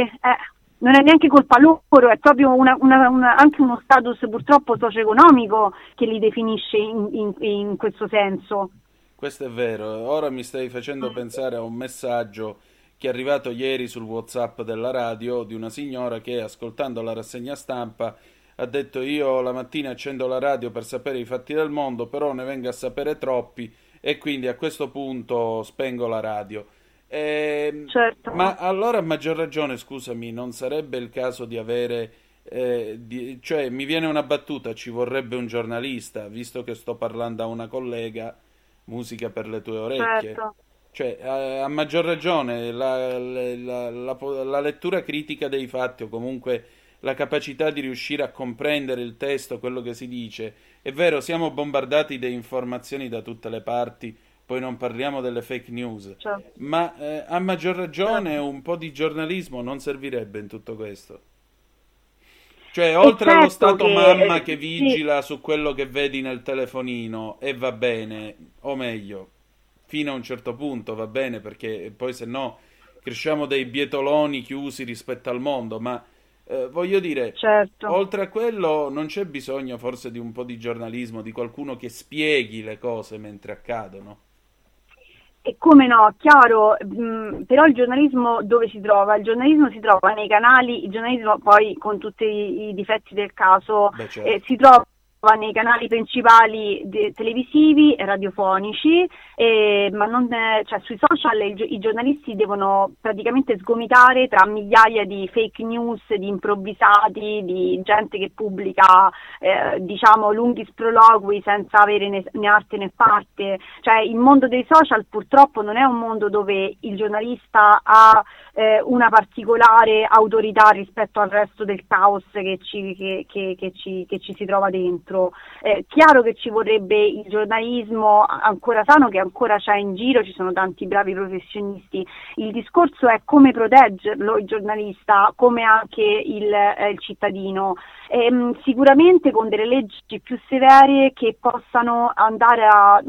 è neanche colpa loro, è proprio anche uno status purtroppo socio-economico che li definisce in questo senso. Questo è vero. Ora mi stai facendo pensare a un messaggio che è arrivato ieri sul WhatsApp della radio di una signora che, ascoltando la rassegna stampa, ha detto: io la mattina accendo la radio per sapere i fatti del mondo, però ne vengo a sapere troppi e quindi a questo punto spengo la radio. Certo. Ma allora, a maggior ragione, scusami, non sarebbe il caso di avere cioè, mi viene una battuta, ci vorrebbe un giornalista, visto che sto parlando a una collega, musica per le tue orecchie. Certo. Cioè, a maggior ragione la lettura critica dei fatti, o comunque la capacità di riuscire a comprendere il testo, quello che si dice. È vero, siamo bombardati da informazioni da tutte le parti, poi non parliamo delle fake news, Certo. ma a maggior ragione un po' di giornalismo non servirebbe in tutto questo. Cioè, oltre allo stato mamma che vigila su quello che vedi nel telefonino, e va bene, o meglio, fino a un certo punto va bene, perché poi se no cresciamo dei bietoloni chiusi rispetto al mondo, ma voglio dire, certo, oltre a quello non c'è bisogno forse di un po' di giornalismo, di qualcuno che spieghi le cose mentre accadono? E come no, chiaro, però il giornalismo dove si trova? Il giornalismo si trova nei canali, il giornalismo poi con tutti i difetti del caso certo. Si trova nei canali principali televisivi e radiofonici, ma non, cioè, sui social i giornalisti devono praticamente sgomitare tra migliaia di fake news, di improvvisati, di gente che pubblica diciamo lunghi sproloqui senza avere né arte né parte. Cioè, il mondo dei social purtroppo non è un mondo dove il giornalista ha una particolare autorità rispetto al resto del caos che ci si trova dentro. Chiaro che ci vorrebbe il giornalismo ancora sano, che ancora c'è in giro, ci sono tanti bravi professionisti. Il discorso è come proteggerlo il giornalista, come anche il cittadino. Sicuramente con delle leggi più severe che possano andare a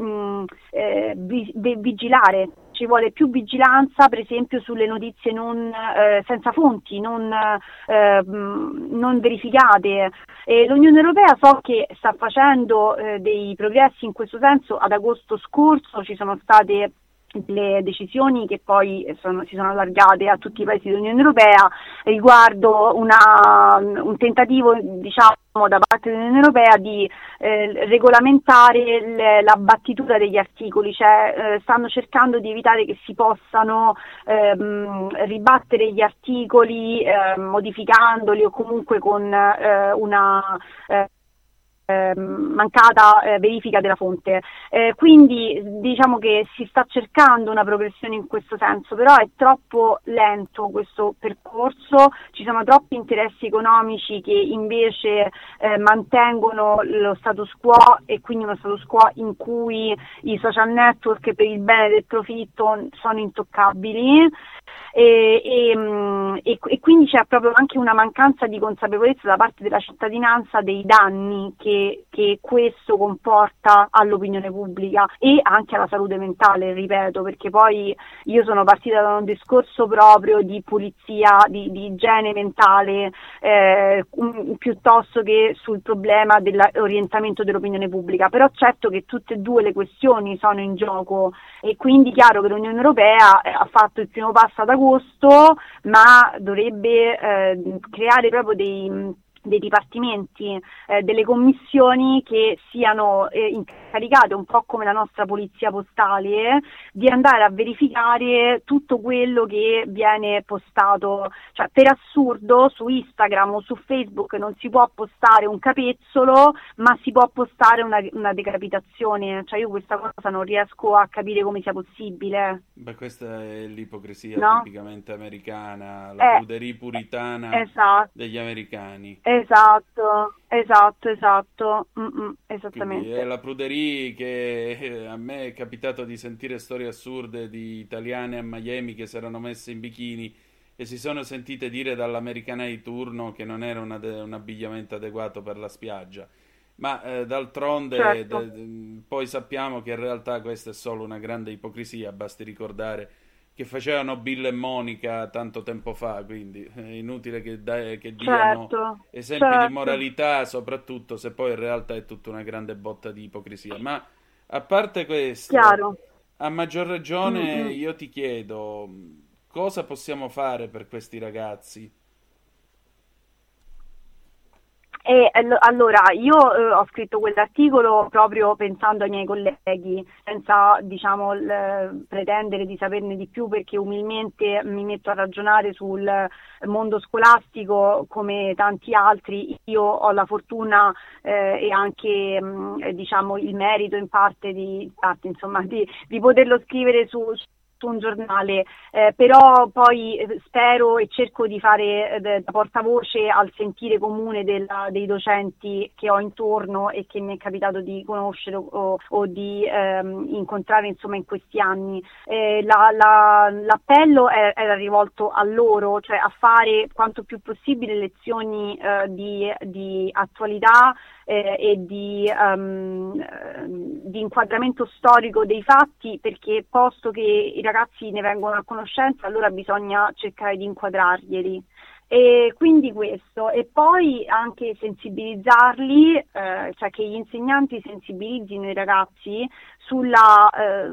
vigilare. Ci vuole più vigilanza, per esempio, sulle notizie senza fonti, non verificate. L'Unione Europea so che sta facendo dei progressi in questo senso. Ad agosto scorso ci sono state le decisioni che poi si sono allargate a tutti i paesi dell'Unione Europea riguardo un tentativo, diciamo, da parte dell'Unione Europea di regolamentare la battitura degli articoli, cioè stanno cercando di evitare che si possano ribattere gli articoli modificandoli o comunque con una mancata verifica della fonte. Quindi diciamo che si sta cercando una progressione in questo senso, però è troppo lento questo percorso, ci sono troppi interessi economici che invece mantengono lo status quo, e quindi uno status quo in cui i social network per il bene del profitto sono intoccabili. E quindi c'è proprio anche una mancanza di consapevolezza da parte della cittadinanza dei danni che questo comporta all'opinione pubblica e anche alla salute mentale, ripeto, perché poi io sono partita da un discorso proprio di pulizia, di igiene mentale, piuttosto che sul problema dell'orientamento dell'opinione pubblica. Però certo che tutte e due le questioni sono in gioco, e quindi chiaro che l'Unione Europea ha fatto il primo passo ad agosto, ma dovrebbe creare proprio dei dipartimenti, delle commissioni che siano incaricate, un po' come la nostra polizia postale, di andare a verificare tutto quello che viene postato. Cioè, per assurdo, su Instagram o su Facebook non si può postare un capezzolo, ma si può postare una decapitazione. Cioè, io questa cosa non riesco a capire come sia possibile. Beh, questa è l'ipocrisia tipicamente americana, la pruderia puritana degli americani. Esatto, esattamente. Quindi è la pruderia che a me è capitato di sentire storie assurde di italiane a Miami che si erano messe in bikini e si sono sentite dire dall'americana di turno che non era un abbigliamento adeguato per la spiaggia. Ma d'altronde poi sappiamo che in realtà questa è solo una grande ipocrisia, basti ricordare che facevano Bill e Monica tanto tempo fa, quindi è inutile che diano esempi di moralità, soprattutto se poi in realtà è tutta una grande botta di ipocrisia. Ma a parte questo, a maggior ragione io ti chiedo, cosa possiamo fare per questi ragazzi? Allora, io ho scritto quell'articolo proprio pensando ai miei colleghi, senza, diciamo, pretendere di saperne di più, perché umilmente mi metto a ragionare sul mondo scolastico come tanti altri. Io ho la fortuna e anche diciamo il merito in parte di poterlo scrivere su un giornale, però poi spero e cerco di fare da portavoce al sentire comune dei docenti che ho intorno e che mi è capitato di conoscere o di incontrare, insomma, in questi anni. L'appello era rivolto a loro, cioè a fare quanto più possibile lezioni di attualità e di inquadramento storico dei fatti, perché posto che i ragazzi ne vengono a conoscenza, allora bisogna cercare di inquadrarglieli. E quindi questo, e poi anche sensibilizzarli, cioè che gli insegnanti sensibilizzino i ragazzi sulla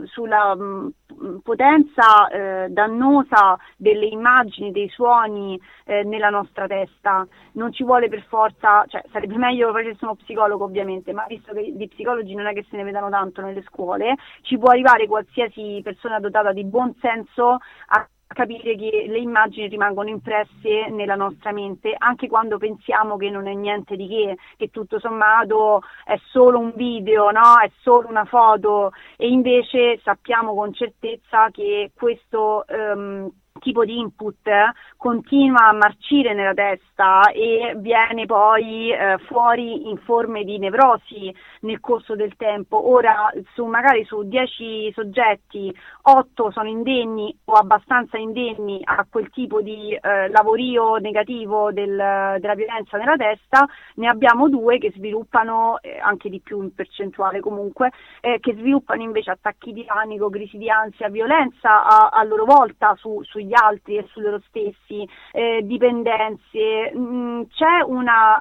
potenza dannosa delle immagini, dei suoni nella nostra testa. Non ci vuole per forza, cioè sarebbe meglio che facesse uno psicologo ovviamente, ma visto che di psicologi non è che se ne vedano tanto nelle scuole, ci può arrivare qualsiasi persona dotata di buon senso a capire che le immagini rimangono impresse nella nostra mente anche quando pensiamo che non è niente di che tutto sommato è solo un video, no? È solo una foto, e invece sappiamo con certezza che questo tipo di input continua a marcire nella testa e viene poi fuori in forme di nevrosi nel corso del tempo. Ora magari su 10 soggetti 8 sono indenni o abbastanza indenni a quel tipo di lavorio negativo della violenza nella testa, ne abbiamo 2 che sviluppano, anche di più in percentuale comunque, che sviluppano invece attacchi di panico, crisi di ansia, violenza a loro volta sugli altri e su loro stessi, dipendenze. C'è una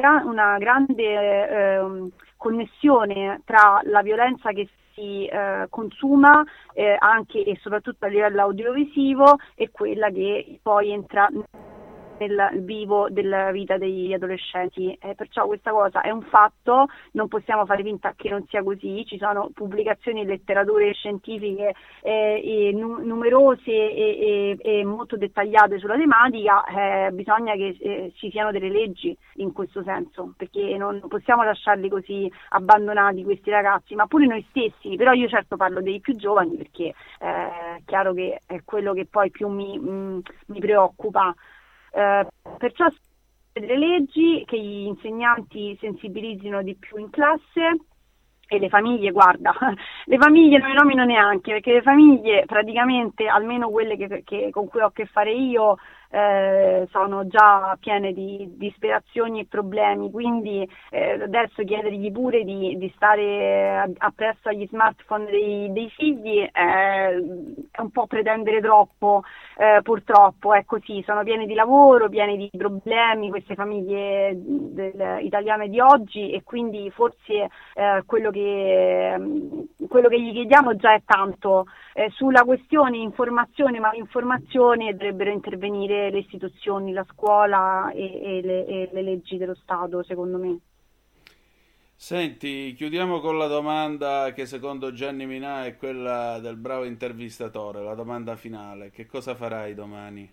grande connessione tra la violenza che si consuma anche e soprattutto a livello audiovisivo e quella che poi entra nel vivo della vita degli adolescenti. Perciò questa cosa è un fatto, non possiamo fare finta che non sia così. Ci sono pubblicazioni in letterature scientifiche numerose e molto dettagliate sulla tematica. Bisogna che ci siano delle leggi in questo senso, perché non possiamo lasciarli così abbandonati questi ragazzi, ma pure noi stessi. Però io certo parlo dei più giovani, perché è chiaro che è quello che poi più mi preoccupa. Perciò delle leggi, che gli insegnanti sensibilizzino di più in classe. E le famiglie, guarda, le famiglie non le nomino neanche, perché le famiglie praticamente, almeno quelle con cui ho a che fare io, sono già piene di disperazioni e problemi, quindi adesso chiedergli pure di stare appresso agli smartphone dei figli è un po' pretendere troppo, purtroppo è così. Sono piene di lavoro, piene di problemi queste famiglie italiane di oggi, e quindi forse quello che gli chiediamo già è tanto. Sulla questione informazione, malinformazione dovrebbero intervenire le istituzioni, la scuola e le leggi dello Stato, secondo me. Senti, chiudiamo con la domanda che secondo Gianni Minà è quella del bravo intervistatore, la domanda finale. Che cosa farai domani?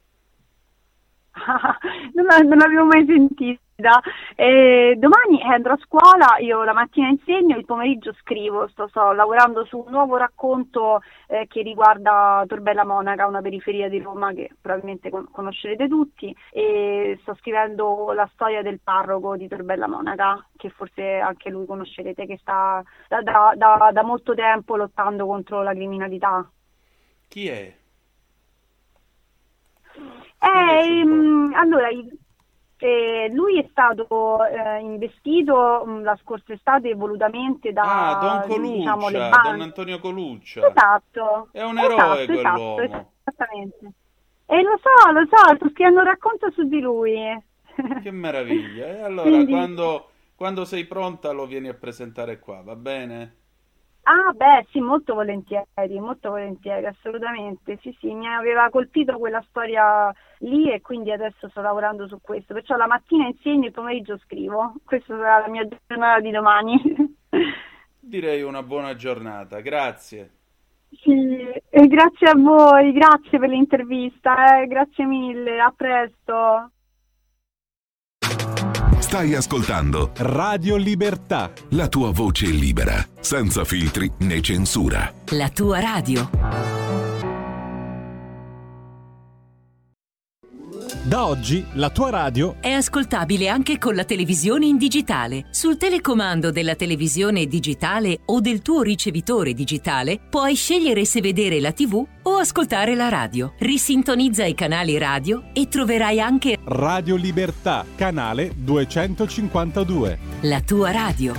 Non l'avevo mai sentita. Domani andrò a scuola, io la mattina insegno, il pomeriggio scrivo, sto lavorando su un nuovo racconto che riguarda Torbella Monaca, una periferia di Roma che probabilmente conoscerete tutti, e sto scrivendo la storia del parroco di Torbella Monaca, che forse anche lui conoscerete, che sta da molto tempo lottando contro la criminalità. Chi è? Allora, lui è stato investito la scorsa estate volutamente da Don Coluccia, diciamo, le banche. Don Antonio Coluccia. Esatto. È un eroe esatto, quell'uomo. esattamente. E lo so, sto scrivendo un racconto su di lui. Che meraviglia. E allora, Quindi... quando sei pronta lo vieni a presentare qua, va bene? Ah, beh, sì, molto volentieri, assolutamente. Sì, mi aveva colpito quella storia lì, e quindi adesso sto lavorando su questo. Perciò la mattina insegno, il pomeriggio scrivo. Questa sarà la mia giornata di domani. Direi una buona giornata, grazie. Sì, e grazie a voi, grazie per l'intervista, grazie mille, a presto. Stai ascoltando Radio Libertà. la tua voce libera, senza filtri né censura. La tua radio. Da oggi la tua radio È ascoltabile anche con la televisione in digitale. Sul telecomando della televisione digitale o del tuo ricevitore digitale puoi scegliere se vedere la TV o ascoltare la radio. Risintonizza i canali radio e troverai anche Radio Libertà, canale 252. la tua radio.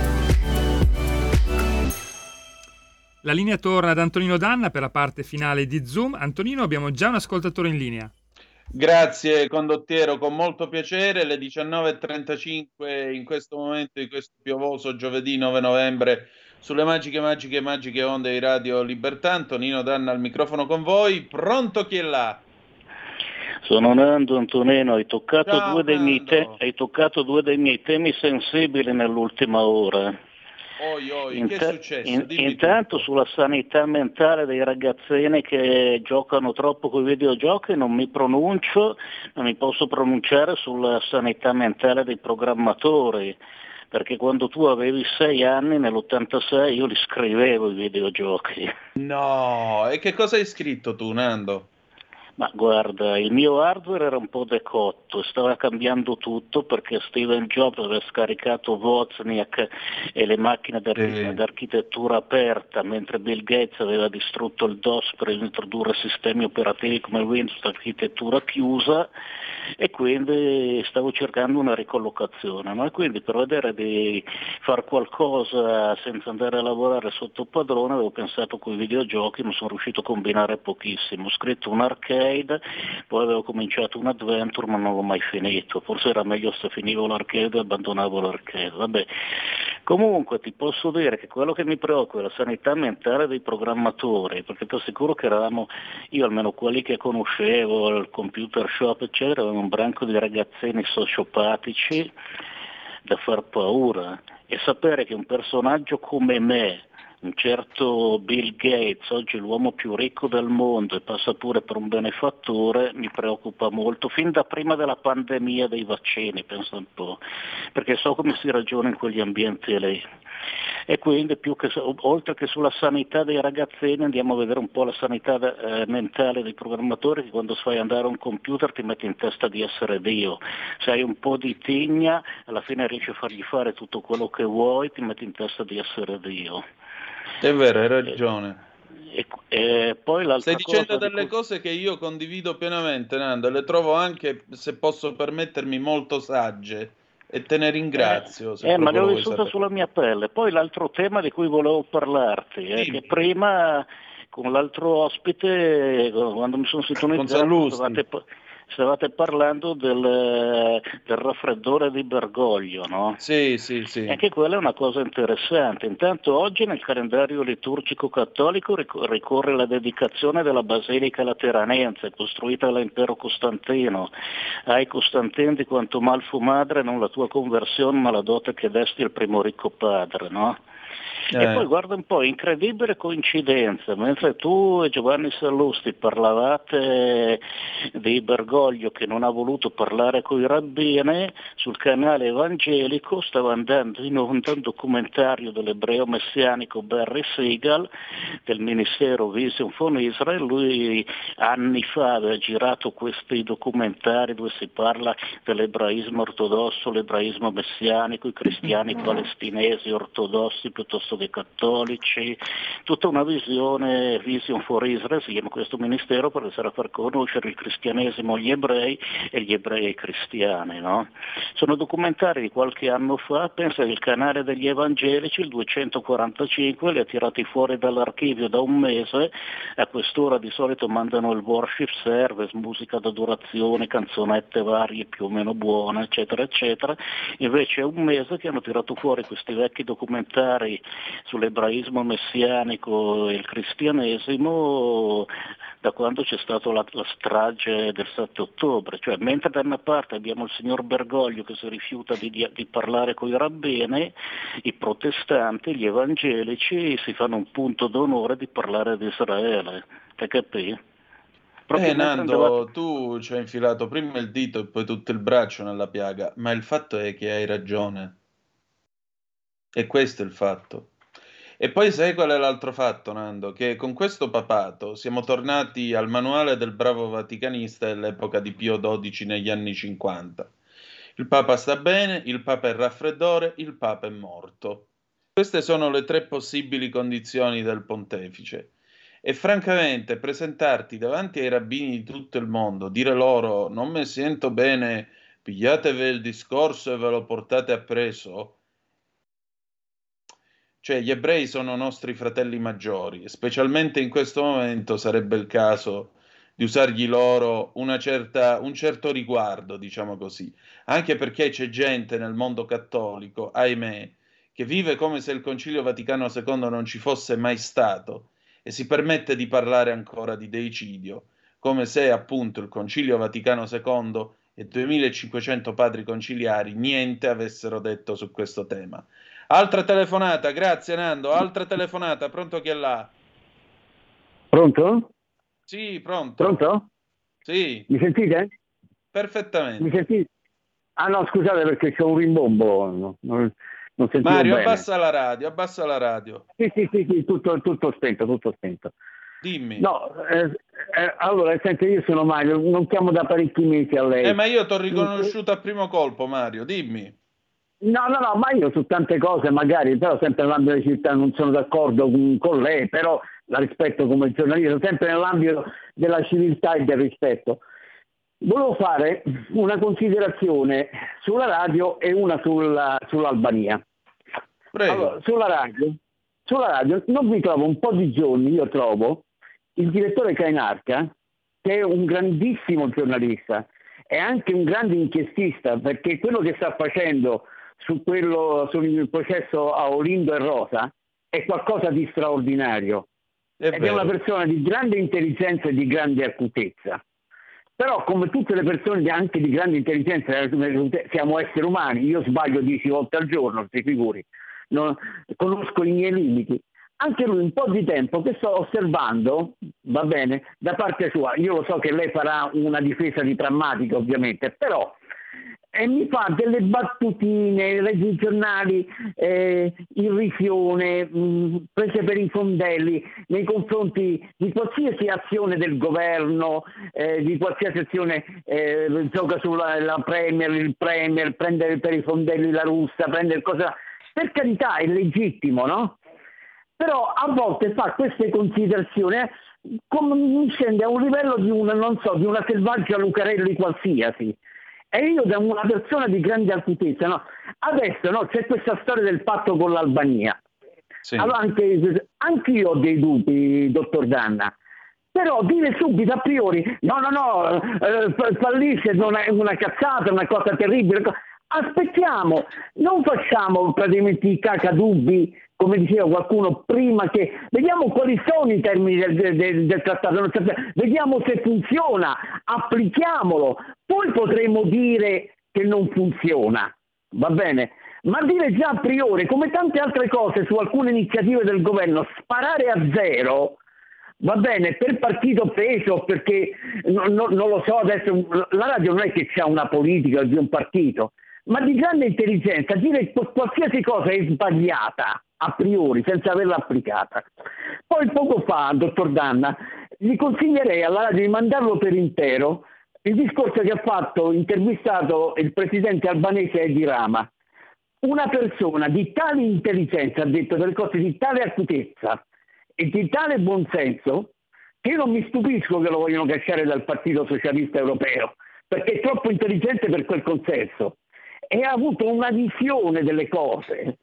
La linea torna ad Antonino Danna per la parte finale di Zoom. Antonino, abbiamo già un ascoltatore in linea. Grazie condottiero, con molto piacere. Le 19:35 in questo momento di questo piovoso giovedì 9 novembre sulle magiche onde di Radio Libertà. Antonino Danna al microfono con voi. Pronto, chi è là? Sono Nando. Antonino, hai toccato Ciao, due dei miei temi sensibili nell'ultima ora. Che è successo? Dimmi Intanto tutto. sulla sanità mentale dei ragazzini che giocano troppo con i videogiochi non mi posso pronunciare sulla sanità mentale dei programmatori, perché quando tu avevi 6 anni, nell'86, io li scrivevo i videogiochi. No, e che cosa hai scritto tu, Nando? Ma guarda, il mio hardware era un po' decotto, stava cambiando tutto perché Steven Jobs aveva scaricato Wozniak e le macchine d'architettura aperta, mentre Bill Gates aveva distrutto il DOS per introdurre sistemi operativi come Windows d'architettura chiusa, e quindi stavo cercando una ricollocazione, no? E quindi per vedere di far qualcosa senza andare a lavorare sotto padrone avevo pensato con i videogiochi, ma sono riuscito a combinare pochissimo. Ho scritto un arcade l'arcade, poi avevo cominciato un adventure ma non l'ho mai finito, forse era meglio se finivo l'arcade e abbandonavo l'arcade. Vabbè. Comunque ti posso dire che quello che mi preoccupa è la sanità mentale dei programmatori, perché ti assicuro che eravamo, io almeno quelli che conoscevo, al computer shop eccetera, avevamo un branco di ragazzini sociopatici da far paura, e sapere che un personaggio come me, un certo Bill Gates, oggi l'uomo più ricco del mondo e passa pure per un benefattore, mi preoccupa molto, fin da prima della pandemia dei vaccini, penso un po', perché so come si ragiona in quegli ambienti lì. E quindi oltre che sulla sanità dei ragazzini andiamo a vedere un po' la sanità mentale dei programmatori, che quando fai andare un computer ti metti in testa di essere Dio, se hai un po' di tigna alla fine riesci a fargli fare tutto quello che vuoi, ti metti in testa di essere Dio. È vero, hai ragione. E poi l'altra Stai dicendo cosa delle cose che io condivido pienamente, Nando, e le trovo anche, se posso permettermi, molto sagge, e te ne ringrazio. Se ma le proprio ho lo vuoi vissute sapere. sulla mia pelle. Poi l'altro tema di cui volevo parlarti è che prima con l'altro ospite, quando mi sono sintonizzato, stavate parlando del raffreddore di Bergoglio, no? Sì. E anche quella è una cosa interessante. Intanto oggi nel calendario liturgico cattolico ricorre la dedicazione della Basilica Lateranense, costruita dall'impero Costantino. Ai Costantin di quanto mal fu madre, non la tua conversione, ma la dote che desti il primo ricco padre, no? E poi guarda un po', incredibile coincidenza, mentre tu e Giovanni Sallusti parlavate di Bergoglio che non ha voluto parlare con i rabbini, sul canale evangelico stava andando in onda un documentario dell'ebreo messianico Barry Segal del ministero Vision for Israel. Lui anni fa aveva girato questi documentari dove si parla dell'ebraismo ortodosso, l'ebraismo messianico, i cristiani palestinesi ortodossi piuttosto dei cattolici, tutta una visione, Vision for Israel si chiama questo ministero, per iniziare a far conoscere il cristianesimo agli ebrei e gli ebrei ai cristiani, no? Sono documentari di qualche anno fa, pensa che il canale degli evangelici, il 245, li ha tirati fuori dall'archivio da un mese, a quest'ora di solito mandano il worship service, musica d'adorazione, canzonette varie più o meno buone, eccetera, eccetera, invece è un mese che hanno tirato fuori questi vecchi documentari sull'ebraismo messianico e il cristianesimo da quando c'è stata la strage del 7 ottobre, cioè mentre da una parte abbiamo il signor Bergoglio che si rifiuta di parlare con i rabbini, i protestanti, gli evangelici si fanno un punto d'onore di parlare di Israele, hai capito? Nando, tu ci hai infilato prima il dito e poi tutto il braccio nella piaga, ma il fatto è che hai ragione. E questo è il fatto. E poi sai qual è l'altro fatto, Nando? Che con questo papato siamo tornati al manuale del bravo vaticanista dell'epoca di Pio XII negli anni 50. Il Papa sta bene, il Papa è raffreddore, il Papa è morto. Queste sono le tre possibili condizioni del pontefice. E francamente presentarti davanti ai rabbini di tutto il mondo, dire loro non mi sento bene, pigliatevi il discorso e ve lo portate appresso. Cioè, gli ebrei sono nostri fratelli maggiori, e specialmente in questo momento sarebbe il caso di usargli loro un certo riguardo, diciamo così. Anche perché c'è gente nel mondo cattolico, ahimè, che vive come se il Concilio Vaticano II non ci fosse mai stato e si permette di parlare ancora di deicidio, come se appunto il Concilio Vaticano II e 2500 padri conciliari niente avessero detto su questo tema. Altra telefonata, grazie Nando, altra telefonata, pronto chi è là? Pronto? Sì, pronto. Pronto? Sì. Mi sentite? Perfettamente. Mi sentite? Ah no, scusate perché c'è un rimbombo, non sentivo Mario, bene. abbassa la radio. Sì, tutto spento. Dimmi. No, allora, senti, io sono Mario, non chiamo da parecchi mesi a lei. Ma io ti ho riconosciuto a primo colpo, Mario, dimmi. No, ma io su tante cose magari, però sempre nell'ambito della città non sono d'accordo con lei, però la rispetto come giornalista, sempre nell'ambito della civiltà e del rispetto. Volevo fare una considerazione sulla radio e una sull'Albania. Prego. Allora, sulla radio non mi trovo un po' di giorni, io trovo il direttore Cainarca che è un grandissimo giornalista, è anche un grande inchiestista, perché quello che sta facendo sul processo a Olindo e Rosa è qualcosa di straordinario. È una persona di grande intelligenza e di grande acutezza. Però come tutte le persone anche di grande intelligenza, siamo esseri umani, io sbaglio 10 volte al giorno, ti figuri, conosco i miei limiti. Anche lui un po' di tempo che sto osservando, va bene, da parte sua, io lo so che lei farà una difesa di prammatica ovviamente, però mi fa delle battutine, legge i giornali, irrisione, prese per i fondelli nei confronti di qualsiasi azione del governo, di qualsiasi azione, gioca sulla Premier, il Premier, prendere per i fondelli la Russa, prendere cosa. Per carità è legittimo, no? Però a volte fa queste considerazioni come mi scende a un livello di una selvaggia Lucarelli qualsiasi. E io da una persona di grande acutezza, no? Adesso c'è questa storia del patto con l'Albania. Sì. Allora anche io ho dei dubbi, dottor Danna. Però dire subito a priori, fallisce, non è una cazzata, una cosa terribile. Aspettiamo, non facciamo praticamente i cacadubbi, come diceva qualcuno prima, che vediamo quali sono i termini del trattato, vediamo se funziona, applichiamolo, poi potremo dire che non funziona, va bene? Ma dire già a priori, come tante altre cose su alcune iniziative del governo, sparare a zero, va bene, per partito preso, perché non lo so, adesso la radio non è che c'ha una politica di un partito, ma di grande intelligenza, dire qualsiasi cosa è sbagliata a priori, senza averla applicata. Poi poco fa, dottor Danna, gli consiglierei alla radio di mandarlo per intero il discorso che ha fatto, intervistato il presidente albanese Edi Rama. Una persona di tale intelligenza, ha detto delle cose di tale acutezza e di tale buonsenso, che io non mi stupisco che lo vogliono cacciare dal Partito Socialista Europeo, perché è troppo intelligente per quel consesso. E ha avuto una visione delle cose,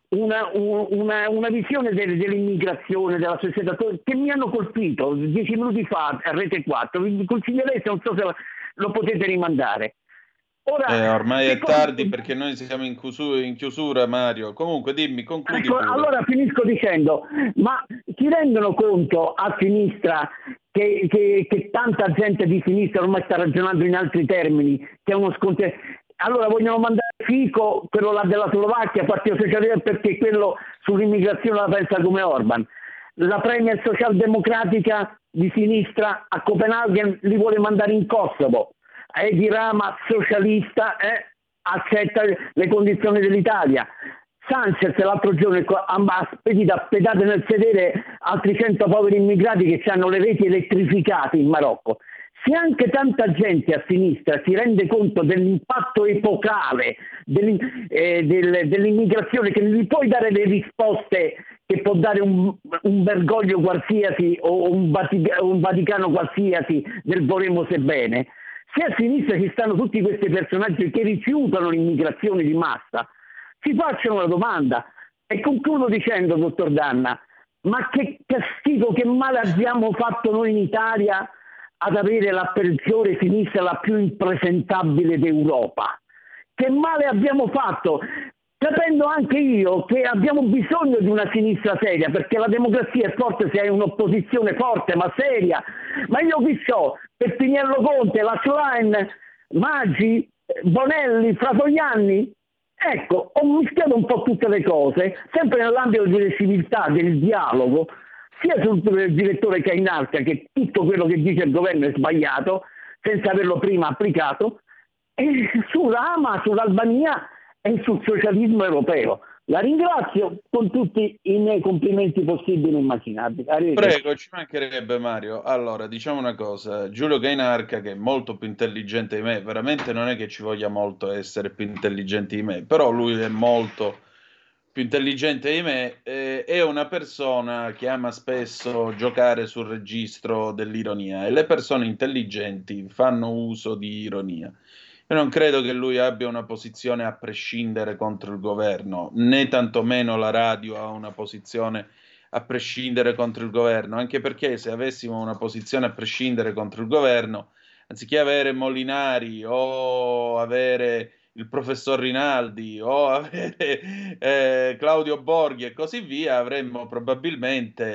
una visione dell'immigrazione, della società, che mi hanno colpito 10 minuti fa a Rete 4. Vi consiglierei, non so se lo potete rimandare. Ora, ormai è tardi perché noi siamo in chiusura, Mario. Comunque dimmi, concludi pure. Allora finisco dicendo, ma si rendono conto a sinistra che tanta gente di sinistra ormai sta ragionando in altri termini, che è uno sconto. Allora vogliono mandare Fico, quello là della Slovacchia, Partito Socialista, perché quello sull'immigrazione la pensa come Orban. La premier socialdemocratica di sinistra a Copenaghen li vuole mandare in Kosovo. Edi Rama, socialista, accetta le condizioni dell'Italia. Sanchez l'altro giorno ha spedito a pedate nel sedere altri 100 poveri immigrati che hanno le reti elettrificate in Marocco. Se anche tanta gente a sinistra si rende conto dell'impatto epocale dell'immigrazione, che non gli puoi dare le risposte che può dare un Bergoglio qualsiasi o un Vaticano qualsiasi del vorremmo se bene, se a sinistra ci stanno tutti questi personaggi che rifiutano l'immigrazione di massa, si facciano una domanda. E concludo dicendo, dottor Danna, ma che castigo, che male abbiamo fatto noi in Italia ad avere la peggiore sinistra, la più impresentabile d'Europa? Che male abbiamo fatto, capendo anche io che abbiamo bisogno di una sinistra seria, perché la democrazia è forte se hai un'opposizione forte ma seria. Ma io qui so Peppiniello Conte, la Schlein, Maggi, Bonelli, Fratoianni. Ecco, ho mischiato un po' tutte le cose, sempre nell'ambito delle civiltà, del dialogo, sia sul direttore Cainarca, che tutto quello che dice il governo è sbagliato, senza averlo prima applicato, e su Rama, sull'Albania e sul socialismo europeo. La ringrazio con tutti i miei complimenti possibili e immaginabili. Prego, ci mancherebbe, Mario. Allora, diciamo una cosa, Giulio Cainarca, che è molto più intelligente di me, veramente non è che ci voglia molto essere più intelligenti di me, però lui è molto più intelligente di me, è una persona che ama spesso giocare sul registro dell'ironia, e le persone intelligenti fanno uso di ironia. Io non credo che lui abbia una posizione a prescindere contro il governo, né tantomeno la radio ha una posizione a prescindere contro il governo, anche perché se avessimo una posizione a prescindere contro il governo, anziché avere Molinari o avere il professor Rinaldi o avere Claudio Borghi e così via, avremmo probabilmente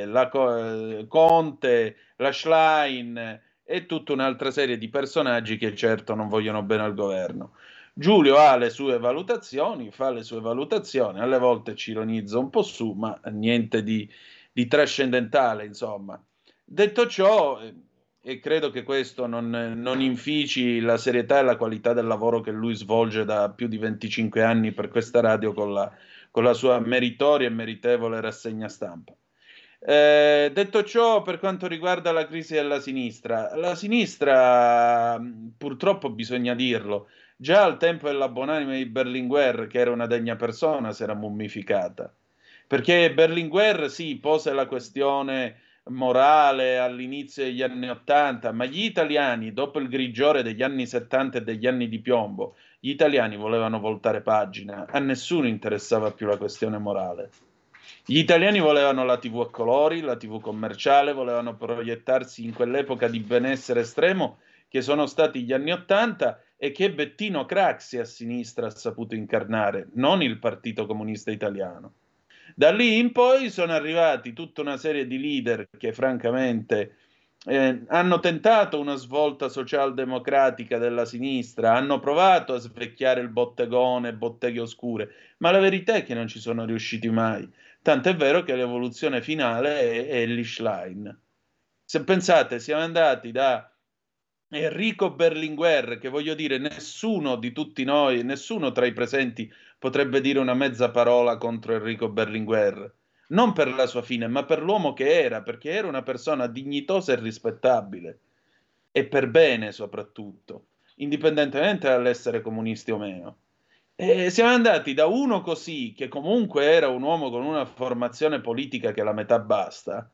Conte, la Schlein e tutta un'altra serie di personaggi che certo non vogliono bene al governo. Giulio ha le sue valutazioni, fa le sue valutazioni, alle volte ci ironizza un po' su, ma niente di trascendentale, insomma. Detto ciò, e credo che questo non infici la serietà e la qualità del lavoro che lui svolge da più di 25 anni per questa radio con la sua meritoria e meritevole rassegna stampa. Detto ciò, per quanto riguarda la crisi della sinistra, la sinistra, purtroppo bisogna dirlo, già al tempo della buonanima di Berlinguer, che era una degna persona, si era mummificata. Perché Berlinguer sì, pose la questione morale all'inizio degli anni '80, ma gli italiani, dopo il grigiore degli anni '70 e degli anni di piombo, gli italiani volevano voltare pagina, a nessuno interessava più la questione morale. Gli italiani volevano la TV a colori, la TV commerciale, volevano proiettarsi in quell'epoca di benessere estremo che sono stati gli anni '80 e che Bettino Craxi a sinistra ha saputo incarnare, non il Partito Comunista Italiano. Da lì in poi sono arrivati tutta una serie di leader che francamente hanno tentato una svolta socialdemocratica della sinistra, hanno provato a svecchiare il bottegone, botteghe oscure, ma la verità è che non ci sono riusciti mai. Tant'è vero che l'evoluzione finale è Elly Schlein. Se pensate, siamo andati da Enrico Berlinguer, che voglio dire, nessuno di tutti noi, nessuno tra i presenti potrebbe dire una mezza parola contro Enrico Berlinguer, non per la sua fine, ma per l'uomo che era, perché era una persona dignitosa e rispettabile, e per bene soprattutto, indipendentemente dall'essere comunisti o meno. E siamo andati da uno così, che comunque era un uomo con una formazione politica che la metà basta,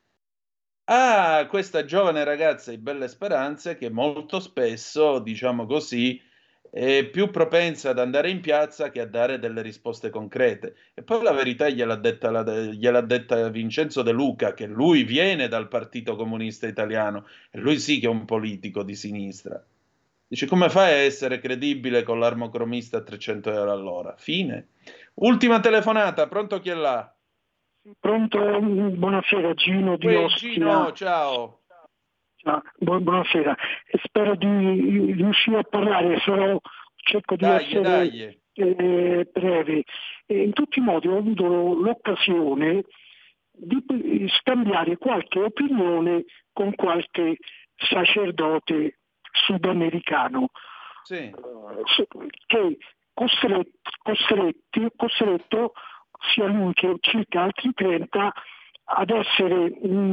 a questa giovane ragazza di belle speranze che molto spesso, diciamo così, è più propensa ad andare in piazza che a dare delle risposte concrete. E poi la verità gliel'ha detta Vincenzo De Luca, che lui viene dal Partito Comunista Italiano, e lui sì che è un politico di sinistra. Dice, come fai a essere credibile con l'armocromista a 300 euro all'ora? Fine. Ultima telefonata, pronto chi è là? Pronto, buonasera Gino di Ostia. Gino, ciao. Buonasera, spero di riuscire a parlare, cerco di essere breve. In tutti i modi ho avuto l'occasione di scambiare qualche opinione con qualche sacerdote sudamericano, sì, che costretto sia lui che circa altri 30 ad essere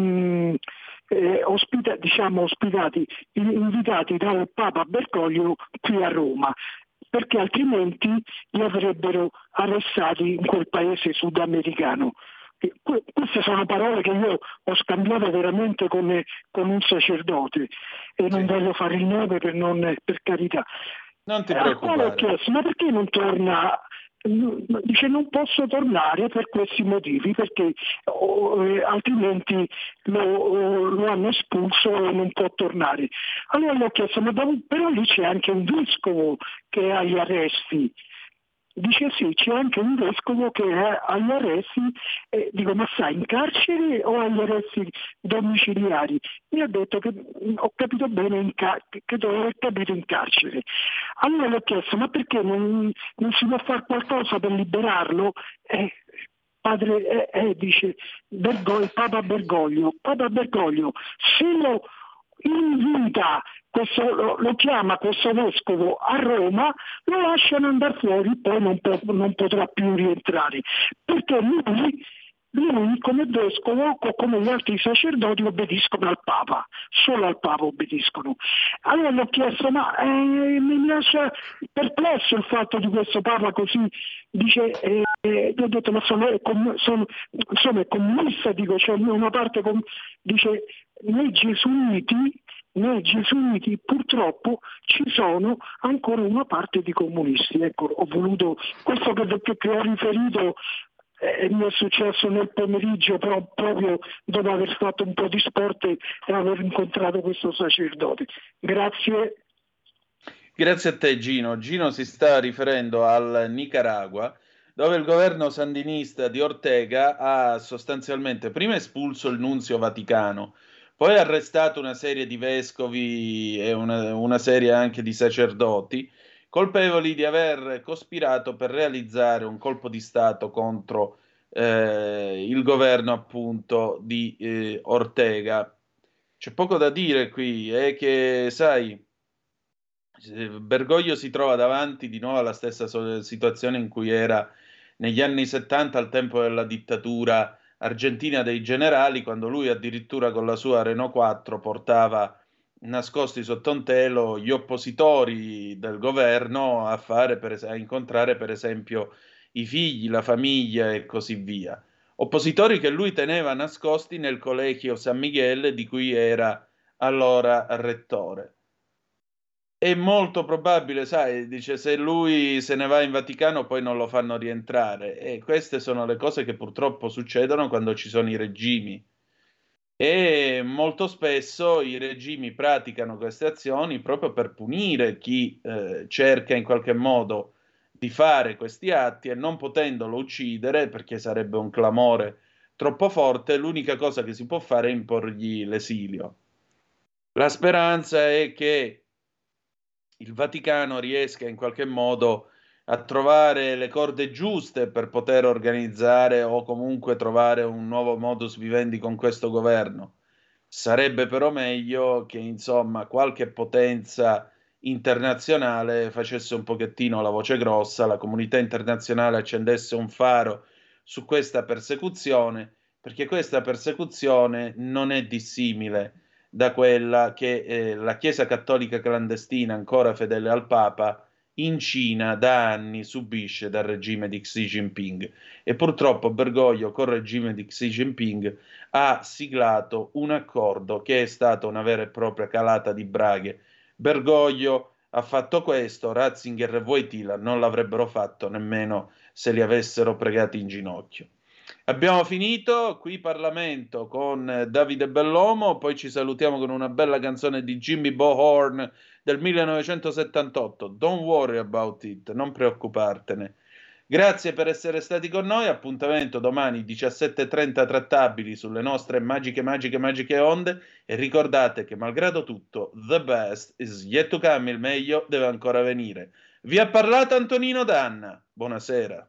ospitati, invitati dal Papa Bergoglio qui a Roma, perché altrimenti li avrebbero arrestati in quel paese sudamericano. Queste sono parole che io ho scambiato veramente con un sacerdote e non voglio fare il nome per carità. Non ti preoccupare. Ho chiesto, ma perché non torna? Dice non posso tornare per questi motivi, perché altrimenti lo hanno espulso e non può tornare. Allora gli ho chiesto, però lì c'è anche un vescovo che è agli arresti. Dice sì, c'è anche un vescovo che è agli arresti, dico ma sta in carcere o agli arresti domiciliari? Mi ha detto che ho capito bene che dovevo aver capito in carcere. Allora gli ho chiesto ma perché non si può fare qualcosa per liberarlo? Padre, dice Papa Bergoglio, se lo invita, lo chiama questo vescovo a Roma, lo lasciano andare fuori, poi non potrà più rientrare, perché lui come vescovo, come gli altri sacerdoti, obbediscono al Papa, solo al Papa obbediscono. Allora gli ho chiesto, ma mi lascia perplesso il fatto di questo Papa così, dice, gli ho detto, ma è comunista, dico, c'è una parte, dice, nei gesuiti purtroppo ci sono ancora una parte di comunisti. Ecco, ho voluto, questo che ho riferito mi è successo nel pomeriggio, però proprio dopo aver fatto un po' di sport e aver incontrato questo sacerdote. Grazie. Grazie a te Gino. Gino si sta riferendo al Nicaragua, dove il governo sandinista di Ortega ha sostanzialmente prima espulso il nunzio vaticano, poi ha arrestato una serie di vescovi e una serie anche di sacerdoti, colpevoli di aver cospirato per realizzare un colpo di Stato contro il governo appunto di Ortega. C'è poco da dire qui, è che, sai, Bergoglio si trova davanti di nuovo alla stessa situazione in cui era negli anni 70 al tempo della dittatura argentina dei generali, quando lui addirittura con la sua Renault 4 portava nascosti sotto un telo gli oppositori del governo a incontrare per esempio i figli, la famiglia e così via. Oppositori che lui teneva nascosti nel Collegio San Miguel, di cui era allora rettore. È molto probabile, sai, dice, se lui se ne va in Vaticano poi non lo fanno rientrare, e queste sono le cose che purtroppo succedono quando ci sono i regimi, e molto spesso i regimi praticano queste azioni proprio per punire chi cerca in qualche modo di fare questi atti, e non potendolo uccidere perché sarebbe un clamore troppo forte, l'unica cosa che si può fare è imporgli l'esilio. La speranza è che il Vaticano riesca in qualche modo a trovare le corde giuste per poter organizzare o comunque trovare un nuovo modus vivendi con questo governo. Sarebbe però meglio che, insomma, qualche potenza internazionale facesse un pochettino la voce grossa, la comunità internazionale accendesse un faro su questa persecuzione, perché questa persecuzione non è dissimile da quella che la Chiesa Cattolica clandestina, ancora fedele al Papa, in Cina da anni subisce dal regime di Xi Jinping. E purtroppo Bergoglio col regime di Xi Jinping ha siglato un accordo che è stata una vera e propria calata di braghe. Bergoglio ha fatto questo, Ratzinger e Wojtyla non l'avrebbero fatto nemmeno se li avessero pregati in ginocchio. Abbiamo finito qui Parlamento con Davide Bellomo, poi ci salutiamo con una bella canzone di Jimmy Bohorn del 1978, Don't worry about it, non preoccupartene. Grazie per essere stati con noi, appuntamento domani 17:30 trattabili sulle nostre magiche onde, e ricordate che malgrado tutto, the best is yet to come, il meglio deve ancora venire. Vi ha parlato Antonino Danna, buonasera.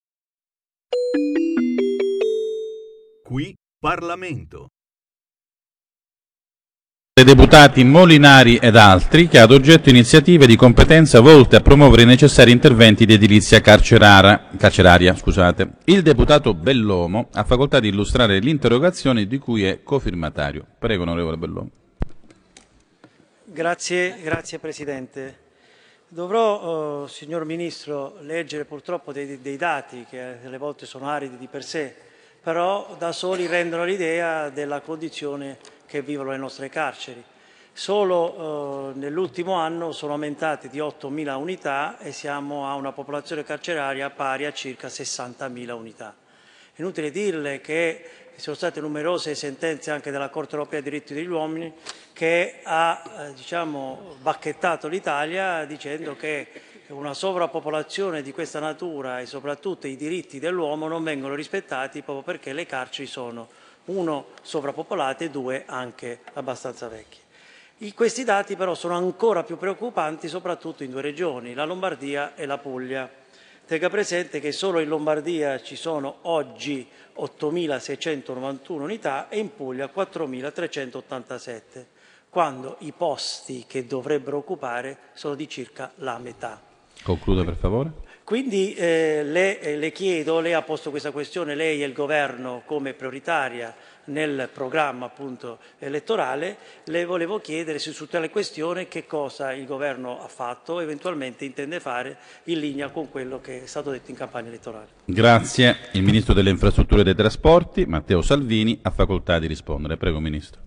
Qui Parlamento. Dei deputati Molinari ed altri, che ha ad oggetto iniziative di competenza volte a promuovere i necessari interventi di edilizia carceraria. Il deputato Bellomo ha facoltà di illustrare l'interrogazione di cui è cofirmatario. Prego, onorevole Bellomo. Grazie Presidente. Dovrò, signor Ministro, leggere purtroppo dei dati che alle volte sono aridi di per sé, però da soli rendono l'idea della condizione che vivono le nostre carceri. Solo nell'ultimo anno sono aumentate di 8.000 unità e siamo a una popolazione carceraria pari a circa 60.000 unità. È inutile dirle che ci sono state numerose sentenze anche della Corte Europea dei Diritti degli Uomini che ha bacchettato l'Italia dicendo che una sovrappopolazione di questa natura e soprattutto i diritti dell'uomo non vengono rispettati proprio perché le carceri sono, 1, sovrappopolate e 2, anche abbastanza vecchie. Questi dati però sono ancora più preoccupanti soprattutto in 2 regioni, la Lombardia e la Puglia. Tenga presente che solo in Lombardia ci sono oggi 8.691 unità e in Puglia 4.387, quando i posti che dovrebbero occupare sono di circa la metà. Concluda per favore. Quindi le chiedo, lei ha posto questa questione, lei e il Governo come prioritaria nel programma appunto elettorale, le volevo chiedere su tale questione che cosa il Governo ha fatto, eventualmente intende fare in linea con quello che è stato detto in campagna elettorale. Grazie. Il Ministro delle Infrastrutture e dei Trasporti, Matteo Salvini, ha facoltà di rispondere. Prego, Ministro.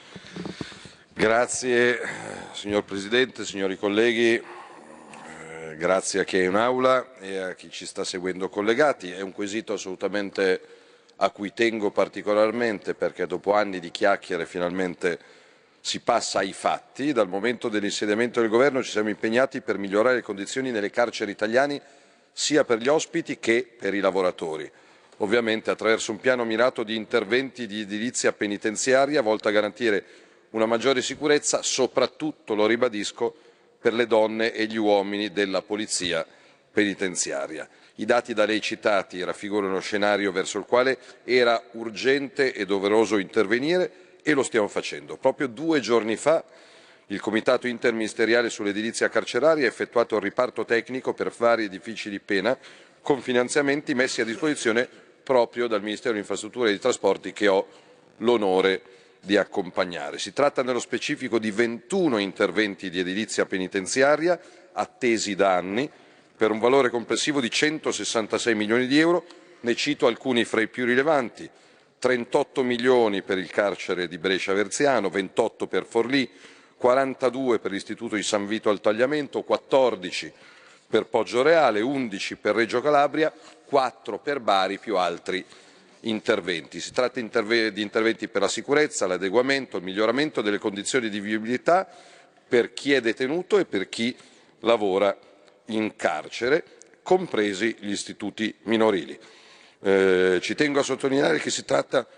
Grazie, signor Presidente, signori colleghi. grazie a chi è in aula e a chi ci sta seguendo collegati. È un quesito assolutamente a cui tengo particolarmente, perché dopo anni di chiacchiere finalmente si passa ai fatti. Dal momento dell'insediamento del governo ci siamo impegnati per migliorare le condizioni nelle carceri italiane sia per gli ospiti che per i lavoratori, ovviamente attraverso un piano mirato di interventi di edilizia penitenziaria volto a garantire una maggiore sicurezza, soprattutto, lo ribadisco, per le donne e gli uomini della polizia penitenziaria. I dati da lei citati raffigurano uno scenario verso il quale era urgente e doveroso intervenire e lo stiamo facendo. Proprio 2 giorni fa il Comitato Interministeriale sull'edilizia carceraria ha effettuato il riparto tecnico per vari edifici di pena con finanziamenti messi a disposizione proprio dal Ministero delle Infrastrutture e dei Trasporti, che ho l'onore di accompagnare. Si tratta nello specifico di 21 interventi di edilizia penitenziaria attesi da anni per un valore complessivo di 166 milioni di euro. Ne cito alcuni fra i più rilevanti: 38 milioni per il carcere di Brescia Verziano, 28 per Forlì, 42 per l'istituto di San Vito al Tagliamento, 14 per Poggioreale, 11 per Reggio Calabria, 4 per Bari, più altri interventi. Si tratta di interventi per la sicurezza, l'adeguamento, il miglioramento delle condizioni di vivibilità per chi è detenuto e per chi lavora in carcere, compresi gli istituti minorili. Ci tengo a sottolineare che si tratta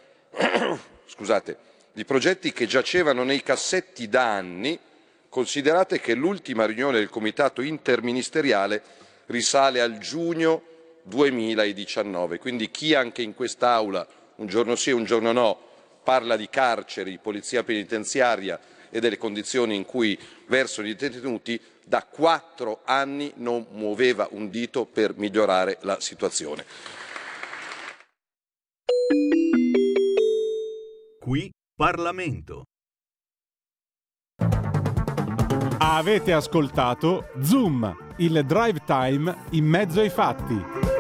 di progetti che giacevano nei cassetti da anni, considerate che l'ultima riunione del Comitato Interministeriale risale al giugno 2019, quindi chi anche in quest'Aula, un giorno sì e un giorno no, parla di carceri, di polizia penitenziaria e delle condizioni in cui versano i detenuti, da 4 anni non muoveva un dito per migliorare la situazione. Qui Parlamento. Avete ascoltato Zoom, il drive time in mezzo ai fatti.